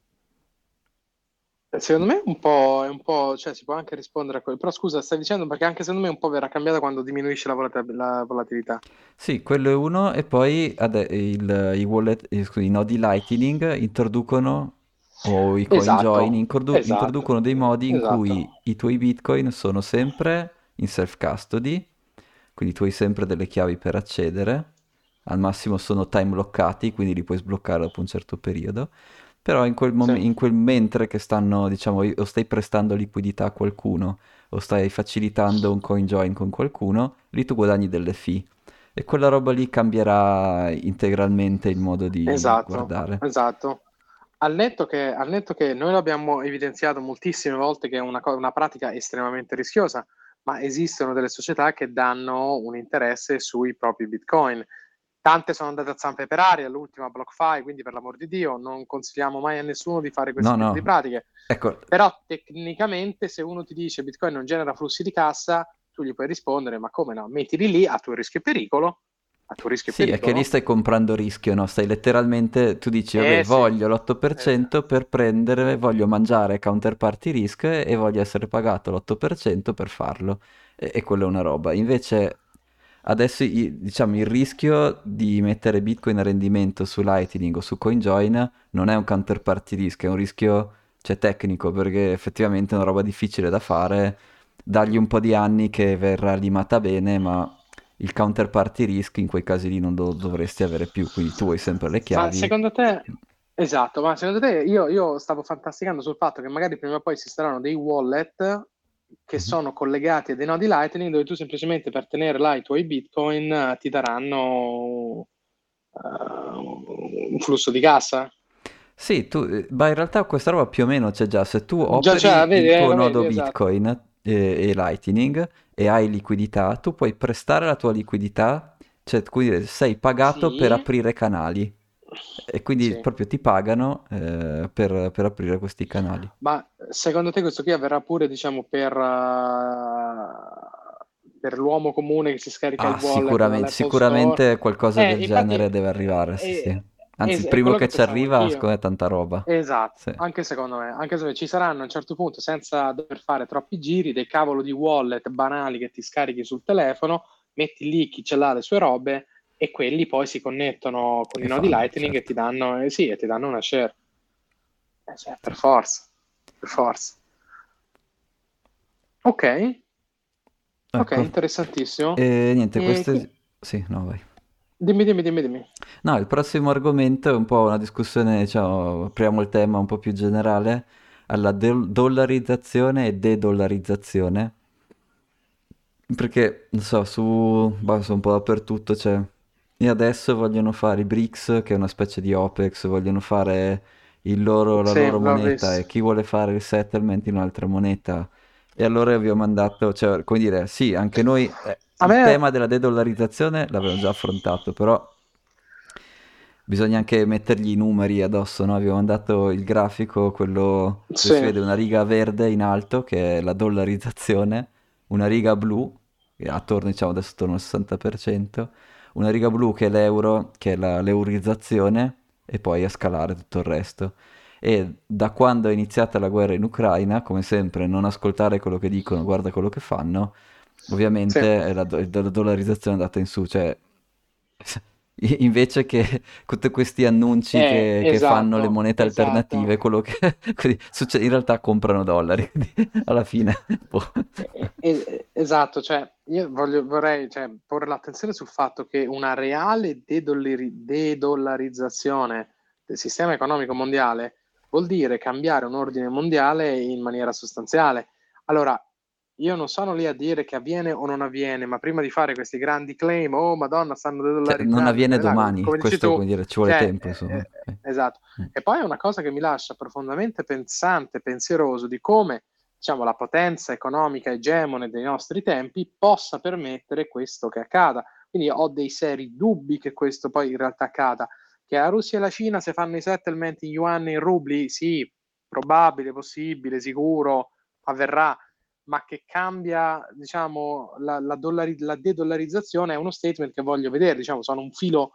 secondo me un po', è un po', cioè si può anche rispondere a quello, però scusa, stai dicendo perché anche secondo me un po' verrà cambiata quando diminuisce la, volata- la volatilità. Sì, quello è uno, e poi ade- il- i wallet, eh, scusi, i nodi Lightning introducono, o i CoinJoin, Esatto, introdu- esatto, introducono dei modi in esatto. cui i tuoi Bitcoin sono sempre in self-custody, quindi tu hai sempre delle chiavi per accedere, al massimo sono time lockati, quindi li puoi sbloccare dopo un certo periodo, però in quel, Sì, mom- in quel mentre che stanno, diciamo, o stai prestando liquidità a qualcuno, o stai facilitando un CoinJoin con qualcuno, lì tu guadagni delle fee. E quella roba lì cambierà integralmente il modo di esatto, guardare. esatto. Al netto che, al netto che noi l'abbiamo evidenziato moltissime volte che è una, co- una pratica estremamente rischiosa, ma esistono delle società che danno un interesse sui propri bitcoin. Tante sono andate a zampe per aria, l'ultima BlockFi, quindi per l'amor di Dio non consigliamo mai a nessuno di fare No, questo tipo di no, pratiche. ecco, Però tecnicamente se uno ti dice Bitcoin non genera flussi di cassa, tu gli puoi rispondere, ma come no? Mettili lì a tuo rischio e pericolo, a tuo rischio e sì, è che lì pericolo. stai comprando rischio, no? Stai letteralmente, tu dici, vabbè, Eh sì, voglio l'otto per cento esatto. per prendere, voglio mangiare counterparty risk e voglio essere pagato l'otto per cento per farlo. E, e quella è una roba. Invece, adesso, i- diciamo, il rischio di mettere Bitcoin a rendimento su Lightning o su CoinJoin non è un counterparty risk, è un rischio, cioè, tecnico, perché effettivamente è una roba difficile da fare. Dargli un po' di anni che verrà limata bene, ma il counterparty risk in quei casi lì non lo dovresti avere più, quindi tu hai sempre le Ma chiavi. secondo te, esatto, ma secondo te io, io stavo fantasticando sul fatto che magari prima o poi esisteranno dei wallet che Mhm. sono collegati a dei nodi Lightning dove tu semplicemente per tenere là i tuoi Bitcoin eh, ti daranno eh, un flusso di cassa? Sì, tu, eh, ma in realtà questa roba più o meno c'è già. Se tu Già, cioè, operi vedi, il eh, tuo lo nodo vedi, esatto. Bitcoin e, e Lightning e hai liquidità, tu puoi prestare la tua liquidità, cioè quindi sei pagato per Sì, aprire canali e quindi sì. proprio ti pagano eh, per, per aprire questi canali. Ma secondo te questo qui avverrà pure, diciamo, per, eh, per l'uomo comune che si scarica il Ah, wallet sicuramente, dall'Apple Store? sicuramente qualcosa Eh, del infatti, genere deve eh, arrivare, sì, sì. eh, Anzi, es- il è primo quello che che ci pensavo arriva, secondo anch'io. me è tanta roba. Esatto, Sì, anche secondo me, anche secondo me ci saranno a un certo punto, senza dover fare troppi giri, dei cavolo di wallet banali che ti scarichi sul telefono, metti lì chi ce l'ha le sue robe e quelli poi si connettono con i e nodi fanno, Lightning e ti certo. danno, eh, sì, e ti danno una share. Eh, cioè, Sì. per forza, per forza. Ok, ok, Ecco. interessantissimo. E niente, E qui- queste... Sì, no, vai. dimmi, dimmi, dimmi, dimmi. No, il prossimo argomento è un po' una discussione, diciamo, apriamo il tema un po' più generale, alla de- dollarizzazione e de-dollarizzazione, perché, non so, su, bah, su un po' dappertutto c'è, e adesso vogliono fare i BRICS, che è una specie di OPEX, vogliono fare il loro- la Sì, loro l'ho moneta visto. e chi vuole fare il settlement in un'altra moneta. E allora vi ho mandato, cioè, come dire, sì, anche noi eh, A il me, tema della de-dollarizzazione l'avevamo già affrontato, però bisogna anche mettergli i numeri addosso, no? Abbiamo mandato il grafico, quello dove si sì, vede una riga verde in alto, che è la dollarizzazione, una riga blu, che è attorno, diciamo, adesso attorno al sessanta per cento, una riga blu che è l'euro, che è la, l'eurizzazione, e poi a scalare tutto il resto. E da quando è iniziata la guerra in Ucraina, come sempre, non ascoltare quello che dicono, guarda quello che fanno, sì. ovviamente è la, do- la dollarizzazione è andata in su, cioè i- invece che tutti questi annunci Eh, che, che fanno le esatto, monete alternative, esatto. quello che quindi succede, in realtà comprano dollari, quindi alla fine, boh. Eh, eh, esatto, cioè io voglio- vorrei cioè, porre l'attenzione sul fatto che una reale dedollari- dedollarizzazione del sistema economico mondiale vuol dire cambiare un ordine mondiale in maniera sostanziale. Allora, io non sono lì a dire che avviene o non avviene, ma prima di fare questi grandi claim, oh Madonna, stanno Cioè, non dedollarizzando, avviene là, domani, come dici questo tu, come dire, ci vuole cioè, tempo, insomma. eh, eh, Ok. esatto. Mm. E poi è una cosa che mi lascia profondamente pensante, pensieroso di come diciamo, la potenza economica egemone dei nostri tempi possa permettere questo che accada. Quindi ho dei seri dubbi che questo poi in realtà accada. Che la Russia e la Cina se fanno i settlement in yuan e in rubli, sì, probabile, possibile, sicuro, avverrà, ma che cambia, diciamo, la, la, dollari- la de-dollarizzazione è uno statement che voglio vedere, diciamo, sono un filo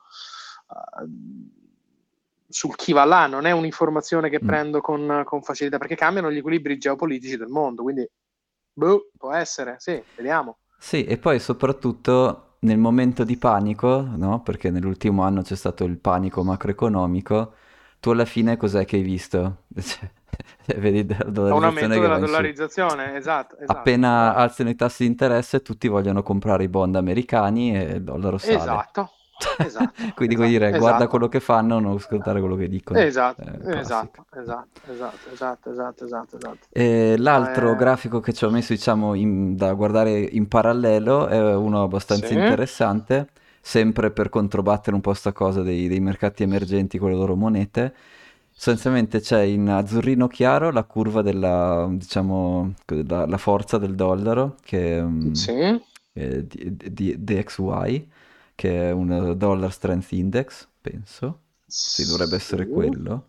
uh, sul chi va là, non è un'informazione che Mm. prendo con, con facilità, perché cambiano gli equilibri geopolitici del mondo, quindi, boh, può essere, sì, vediamo. Sì, e poi soprattutto nel momento di panico, no? Perché nell'ultimo anno c'è stato il panico macroeconomico, tu alla fine cos'è che hai visto? Cioè, vedi la Un dollarizzazione aumento che della va in su. dollarizzazione, esatto, esatto, Appena esatto. alzano i tassi di interesse, tutti vogliono comprare i bond americani e il dollaro sale. Esatto, esatto, Quindi, come esatto, dire, guarda quello esatto. che fanno, non ascoltare quello che dicono. Esatto, Eh, classico. esatto, esatto, esatto, esatto, esatto, esatto, esatto. E No, l'altro è... grafico che ci ho messo, diciamo, in- da guardare in parallelo è uno Sì, abbastanza interessante, sempre per controbattere un po' sta cosa dei, dei mercati emergenti con le loro monete. Sostanzialmente c'è in azzurrino chiaro la curva della, diciamo, la, la forza del dollaro, che mm, sì, è di- di- D X Y, che è un Dollar Strength Index, penso. Sì, dovrebbe sì. essere quello.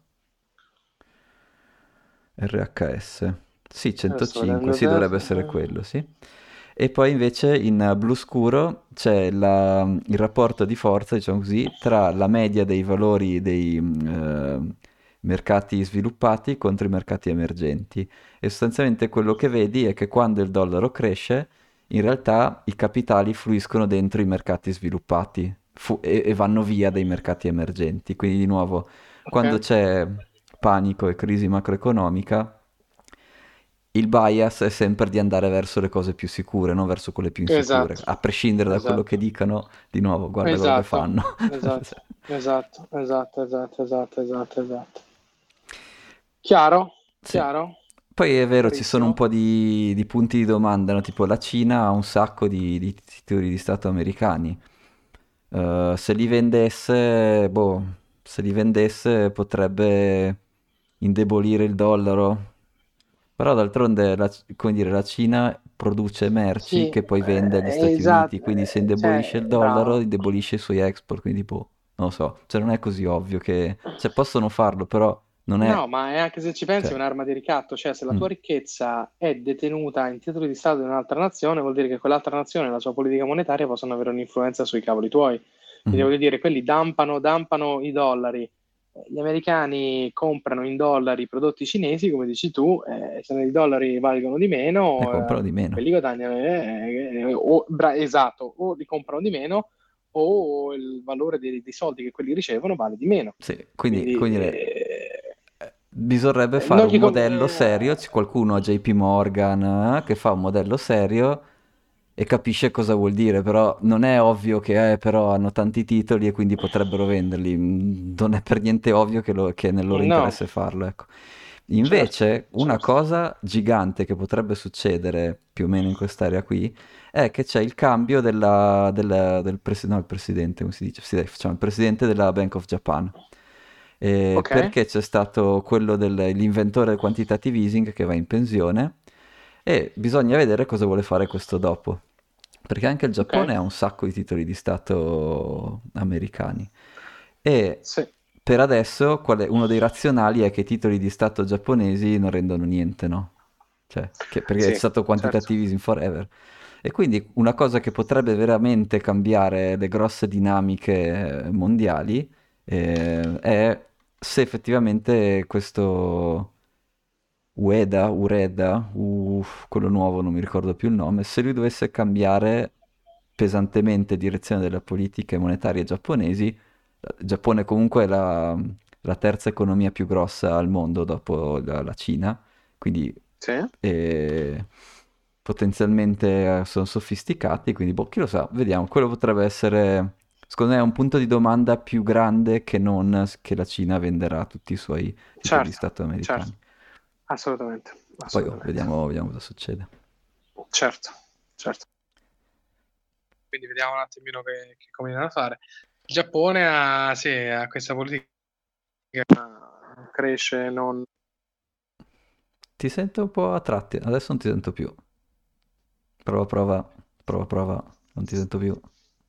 R H S. Sì, Sto centocinque, vedendo sì, dovrebbe essere adesso. quello, sì. E poi invece in blu scuro c'è la- il rapporto di forza, diciamo così, tra la media dei valori dei mm, eh, mercati sviluppati contro i mercati emergenti. E sostanzialmente quello che vedi è che quando il dollaro cresce, in realtà i capitali fluiscono dentro i mercati sviluppati fu- e, e vanno via dai mercati emergenti. Quindi di nuovo, Ok, quando c'è panico e crisi macroeconomica, il bias è sempre di andare verso le cose più sicure, non verso quelle più insicure, Esatto, a prescindere da quello che esatto, dicano, di nuovo, guarda quello che esatto, fanno. esatto, esatto, esatto, esatto, esatto, esatto, esatto. Chiaro? Sì. Chiaro? Poi è vero, ci sono un Chiarissimo. po' di, di punti di domanda, no? Tipo la Cina ha un sacco di, di titoli di Stato americani. Eh, se li vendesse, boh, se li vendesse potrebbe indebolire il dollaro. Però d'altronde, la, come dire, la Cina produce merci Sì, che poi vende agli eh, Stati Uniti, esatto, quindi se eh, indebolisce il cioè, dollaro, bravo. indebolisce i suoi export, quindi boh, non lo so, cioè non è così ovvio che... Cioè possono farlo, però non è... No, ma è anche se ci pensi è Cioè, un'arma di ricatto, cioè se la mm, tua ricchezza è detenuta in titoli di Stato di un'altra nazione, vuol dire che quell'altra nazione e la sua politica monetaria possono avere un'influenza sui cavoli tuoi. Quindi mhm. voglio dire, quelli dampano, dampano i dollari. Gli americani comprano in dollari i prodotti cinesi, come dici tu, eh, se i dollari valgono di Ne meno, eh, comprano di meno. quelli guadagnano, eh, eh, o, bra- esatto, o li comprano di meno o il valore dei, dei soldi che quelli ricevono vale di meno. Sì, quindi, Quindi come dire, eh, eh, bisognerebbe eh, fare non un gli con- modello serio, eh, c'è qualcuno a J P Morgan eh, che fa un modello serio e capisce cosa vuol dire, però non è ovvio che eh, però hanno tanti titoli e quindi potrebbero venderli. Mm, non è per niente ovvio che, lo- che è nel loro no, interesse farlo, ecco. certo, Invece, una certo. cosa gigante che potrebbe succedere più o meno in quest'area qui è che c'è il cambio della- della- del presi- no, il presidente, come si dice? Sì, dai, facciamo il presidente della Bank of Japan. Eh, Ok, perché c'è stato quello dell'inventore del quantitative easing che va in pensione e bisogna vedere cosa vuole fare questo dopo. Perché anche il ok, Giappone ha un sacco di titoli di Stato americani. E sì, per adesso qual è- uno dei razionali è che i titoli di Stato giapponesi non rendono niente, no? Cioè, che- perché è sì, stato certo. quantitative easing forever. E quindi una cosa che potrebbe veramente cambiare le grosse dinamiche eh, mondiali eh, è se effettivamente questo Ueda, Ureda, uff, quello nuovo non mi ricordo più il nome, se lui dovesse cambiare pesantemente direzione delle politiche monetarie giapponesi, il Giappone comunque è la, la terza economia più grossa al mondo dopo la, la Cina, quindi Sì, eh, potenzialmente eh, sono sofisticati, quindi boh, chi lo sa, vediamo, quello potrebbe essere, secondo me, un punto di domanda più grande che non che la Cina venderà tutti i suoi titoli di certo, Stato certo, americani. assolutamente, Poi oh, assolutamente. vediamo, vediamo cosa succede. Certo, certo. Quindi vediamo un attimino che, che combinano a fare. Il Giappone ha, sì, ha questa politica che ah, cresce, non... Ti sento un po' a tratti, adesso non ti sento più. Prova, prova, prova, prova, non ti sento più.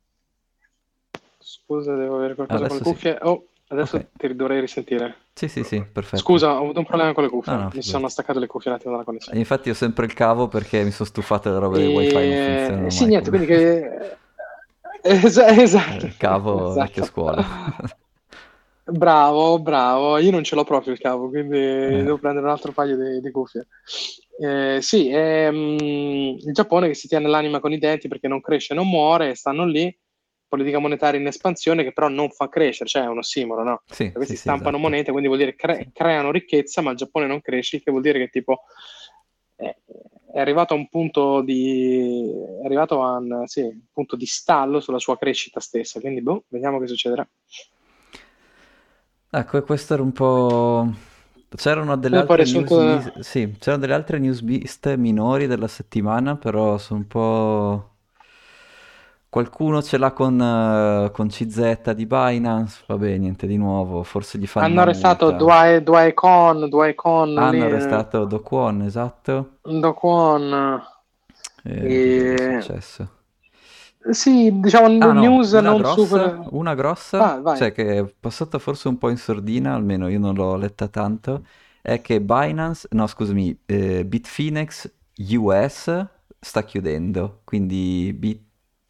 Scusa, devo avere qualcosa con le Adesso sì. cuffie. Oh, adesso Ok. ti dovrei risentire. Sì, sì, sì, perfetto. Scusa, ho avuto un problema con le No, cuffie. no, Mi sono figurati. staccato le cuffie un attimo dalla connessione. Infatti ho sempre il cavo perché mi sono stufato delle robe del wifi, non E funzionano sì, mai niente, come... quindi che... Es- esatto, Eh, cavo vecchia esatto. scuola. Bravo, bravo. Io non ce l'ho proprio il cavo, quindi Eh, devo prendere un altro paio di, di cuffie. Eh, sì, ehm, il Giappone che si tiene l'anima con i denti perché non cresce, non muore, stanno lì, politica monetaria in espansione che però non fa crescere, cioè è un ossimoro, no? sì, sì, Questi sì, stampano esatto. monete, quindi vuol dire Sì. cre- creano ricchezza, ma il Giappone non cresce, che vuol dire che tipo è, è arrivato a un punto di, è arrivato a un, sì, un punto di stallo sulla sua crescita stessa, quindi boh, vediamo che succederà. Ecco, e questo era un po'... C'erano delle Quindi poi altre riassunto, news, bis- sì, c'erano delle altre news viste minori della settimana, però sono un po'... Qualcuno ce l'ha con, eh, con C Z di Binance, vabbè, niente di nuovo, forse gli fanno hanno una arrestato multa. Dwai, Dwai Con, Dwai Con lì, Hanno eh, arrestato Do Kwon, esatto. Do Kwon, E cos'è che è e... successo? sì, diciamo Ah no, news una non grossa, super... una grossa, Ah, vai. cioè che è passata forse un po' in sordina, almeno io non l'ho letta tanto, è che Binance, no scusami, eh, Bitfinex U S sta chiudendo, quindi Bit,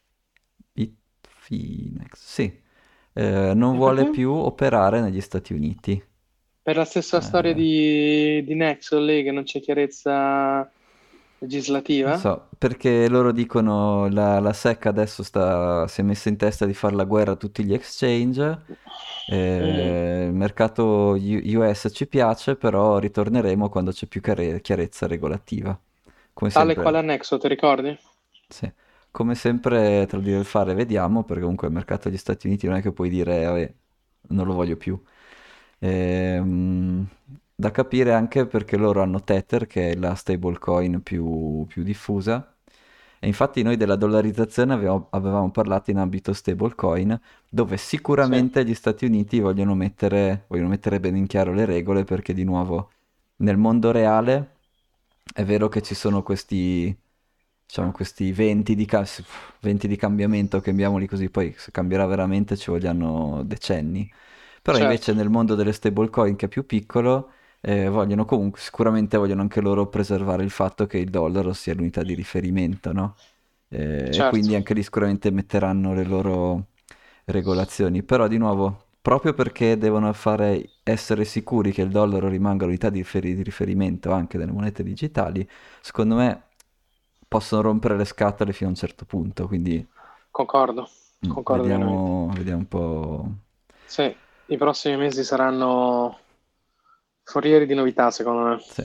Bitfinex, sì, eh, non E vuole perché? più operare negli Stati Uniti. Per la stessa storia Eh, di, di Nexo lì, che non c'è chiarezza Non legislativa? so, perché loro dicono la, la S E C adesso sta, si è messa in testa di fare la guerra a tutti gli exchange Mm. Eh, il mercato U- US ci piace, però ritorneremo quando c'è più chiare- chiarezza regolativa. Come Tale quale sempre, annesso, ti ricordi? sì. Come sempre, tra il dire e il fare, vediamo, perché comunque il mercato degli Stati Uniti non è che puoi dire, "Vabbè, non lo voglio più." Ehm, Da capire anche perché loro hanno Tether, che è la stablecoin più, più diffusa. E infatti noi della dollarizzazione avevamo, avevamo parlato in ambito stablecoin, dove Sì, sicuramente gli Stati Uniti vogliono mettere, vogliono mettere bene in chiaro le regole, perché di nuovo nel mondo reale è vero che ci sono questi, diciamo, questi venti di, ca- venti di cambiamento, chiamiamoli così, poi se cambierà veramente ci vogliono decenni. Però invece certo, nel mondo delle stablecoin, che è più piccolo, eh, vogliono comunque, sicuramente vogliono anche loro preservare il fatto che il dollaro sia l'unità di riferimento, no? Eh, e certo. quindi anche lì sicuramente metteranno le loro regolazioni. Però di nuovo, proprio perché devono fare, essere sicuri che il dollaro rimanga l'unità di, riferi- di riferimento anche delle monete digitali, secondo me possono rompere le scatole fino a un certo punto. Quindi Concordo, mm, concordo pienamente. vediamo, vediamo un po'. Sì, i prossimi mesi saranno forieri di novità, secondo me. Sì.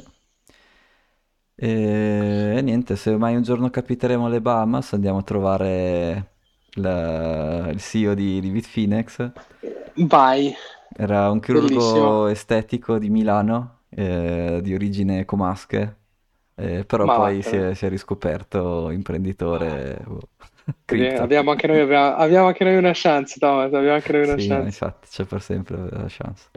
E, e niente, se mai un giorno capiteremo alle Bahamas, andiamo a trovare la- il C E O di, di Bitfinex. Vai, Era un bellissimo. chirurgo estetico di Milano, eh, di origine comasche, eh, però Ma poi si vattene. è, si è riscoperto imprenditore, boh, Vedi, cripto. abbiamo anche noi, abbiamo, abbiamo anche noi una chance, Thomas, abbiamo anche noi una Sì, no, chance. infatti c'è per sempre la chance.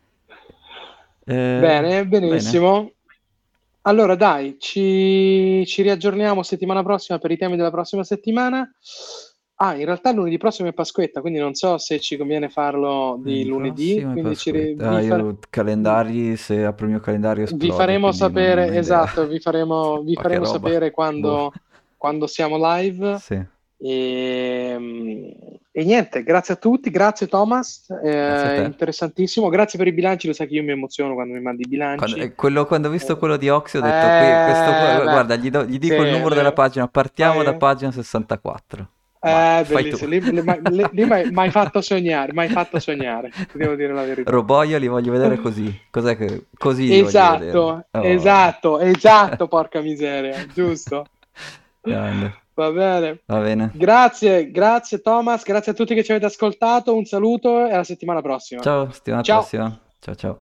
Eh, Bene, bene, benissimo. Allora, dai, ci, ci riaggiorniamo settimana prossima per i temi della prossima settimana. Ah, in realtà lunedì prossimo è Pasquetta, quindi non so se ci conviene farlo di lunedì lunedì, prossimo è quindi ci ri- Pasquetta. Ah, vi, fare- io calendari, se apro il mio calendario vi esplode, faremo quindi non, non ho sapere, idea. esatto, vi faremo, vi Ma che faremo roba. sapere Boh. quando, quando siamo live. Sì, E, e niente, grazie a tutti, grazie Thomas, grazie a eh, te. interessantissimo, grazie per i bilanci, lo sai che io mi emoziono quando mi mandi i Quando, bilanci. eh, quello- quando ho visto Eh, quello di Oxy ho detto, qui, questo qua, eh, beh, guarda, gli, do- gli sì, dico il numero della le- pagina, partiamo da fai- pagina sessantaquattro. Vai, eh, fai tu. bellissimo, lì, lì, ma- lì- lì mi hai fatto sognare, mi hai fatto sognare, ti devo dire la verità. Roboio li voglio vedere così. Cos'è che... Così li voglio vedere. Esatto, Oh. esatto, esatto, porca miseria, giusto? Grande. Va bene. Va bene. Grazie, grazie Thomas, grazie a tutti che ci avete ascoltato, un saluto e alla settimana prossima. Ciao, settimana Ciao. prossima. Ciao ciao.